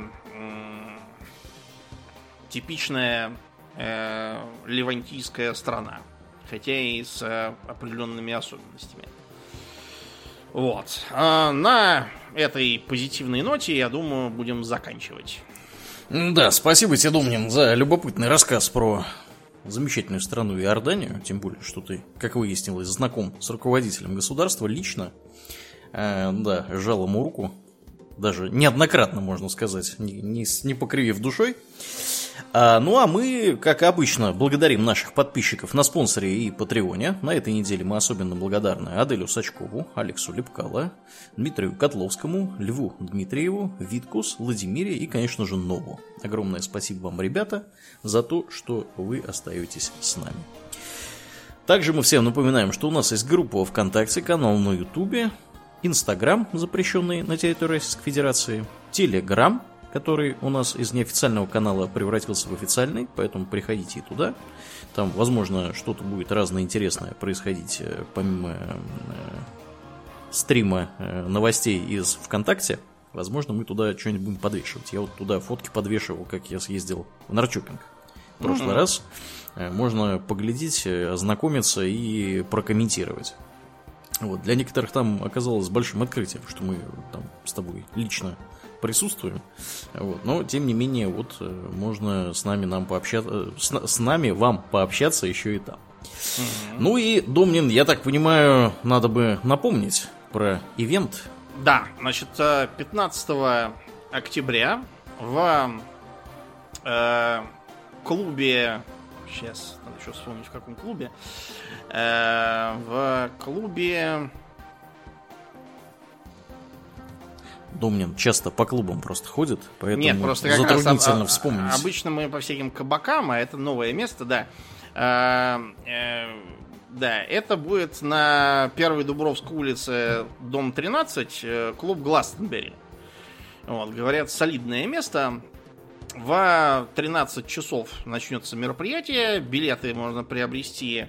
Speaker 2: типичная левантийская страна. Хотя и с определенными особенностями. Вот. На этой позитивной ноте, я думаю, будем заканчивать.
Speaker 1: Да, спасибо тебе, Домнин, за любопытный рассказ про замечательную страну Иорданию. Тем более, что ты, как выяснилось, знаком с руководителем государства лично. Да, жал ему руку. Даже неоднократно, можно сказать, не покривив душой. Ну а мы, как обычно, благодарим наших подписчиков на спонсоре и патреоне. На этой неделе мы особенно благодарны Аделю Сачкову, Алексу Лепкало, Дмитрию Котловскому, Льву Дмитриеву, Виткус, Владимире и, конечно же, Нову. Огромное спасибо вам, ребята, за то, что вы остаетесь с нами. Также мы всем напоминаем, что у нас есть группа ВКонтакте, канал на Ютубе, Инстаграм, запрещенный на территории Российской Федерации, Телеграм, который у нас из неофициального канала превратился в официальный, поэтому приходите и туда. Там, возможно, что-то будет разное интересное происходить, помимо стрима новостей из ВКонтакте, возможно, мы туда что-нибудь будем подвешивать. Я вот туда фотки подвешивал, как я съездил в Норрчопинг в прошлый раз. Можно поглядеть, ознакомиться и прокомментировать. Вот. Для некоторых там оказалось большим открытием, что мы там с тобой лично присутствуем. Вот. Но, тем не менее, вот можно с нами вам пообщаться еще и там. Ну и, Домнин, я так понимаю, надо бы напомнить про ивент.
Speaker 2: Да, значит, 15 октября в клубе... Сейчас, надо еще вспомнить, в каком клубе. В клубе...
Speaker 1: Домнин часто по клубам просто ходит, поэтому
Speaker 2: нет, просто как
Speaker 1: затруднительно
Speaker 2: раз,
Speaker 1: вспомнить.
Speaker 2: Обычно мы по всяким кабакам, а это новое место, да. Да, это будет на Первой Дубровской улице, дом 13, клуб Гластенберри. Вот, говорят, солидное место. В 13 часов начнется мероприятие. Билеты можно приобрести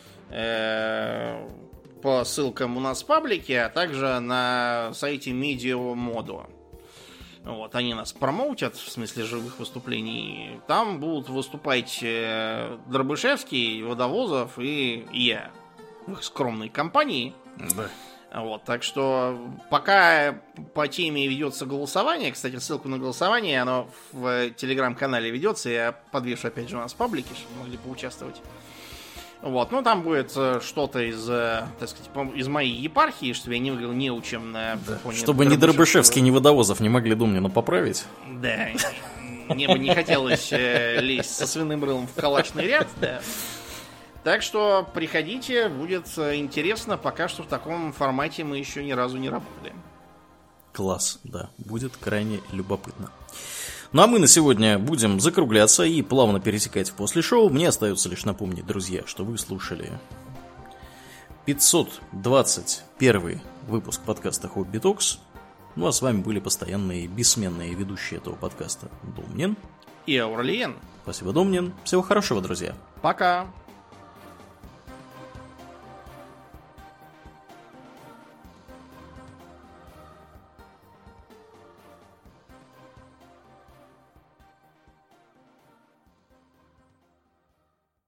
Speaker 2: по ссылкам у нас в паблике, а также на сайте Медиамодо. Вот, они нас промоутят, в смысле живых выступлений. Там будут выступать Дробышевский, Водовозов и я в их скромной компании.
Speaker 1: Да.
Speaker 2: Вот, так что пока по теме ведется голосование, кстати, ссылку на голосование, оно в телеграм-канале ведется, я подвешу опять же у нас в паблике, чтобы могли поучаствовать. Вот, ну там будет что-то из, так сказать, из моей епархии, чтобы я не выглядел неучем на фоне.
Speaker 1: Чтобы ни Дробышевский, ни Водовозов не могли Домнина поправить.
Speaker 2: Да, мне бы не хотелось лезть со свиным рылом в калачный ряд, да. Так что приходите, будет интересно. Пока что в таком формате мы еще ни разу не работали.
Speaker 1: Класс, да, будет крайне любопытно. Ну а мы на сегодня будем закругляться и плавно перетекать в после шоу. Мне остается лишь напомнить, друзья, что вы слушали 521 выпуск подкаста Хобби Токс. Ну а с вами были постоянные бессменные ведущие этого подкаста Домнин
Speaker 2: и Аурлиен.
Speaker 1: Спасибо, Домнин. Всего хорошего, друзья.
Speaker 2: Пока.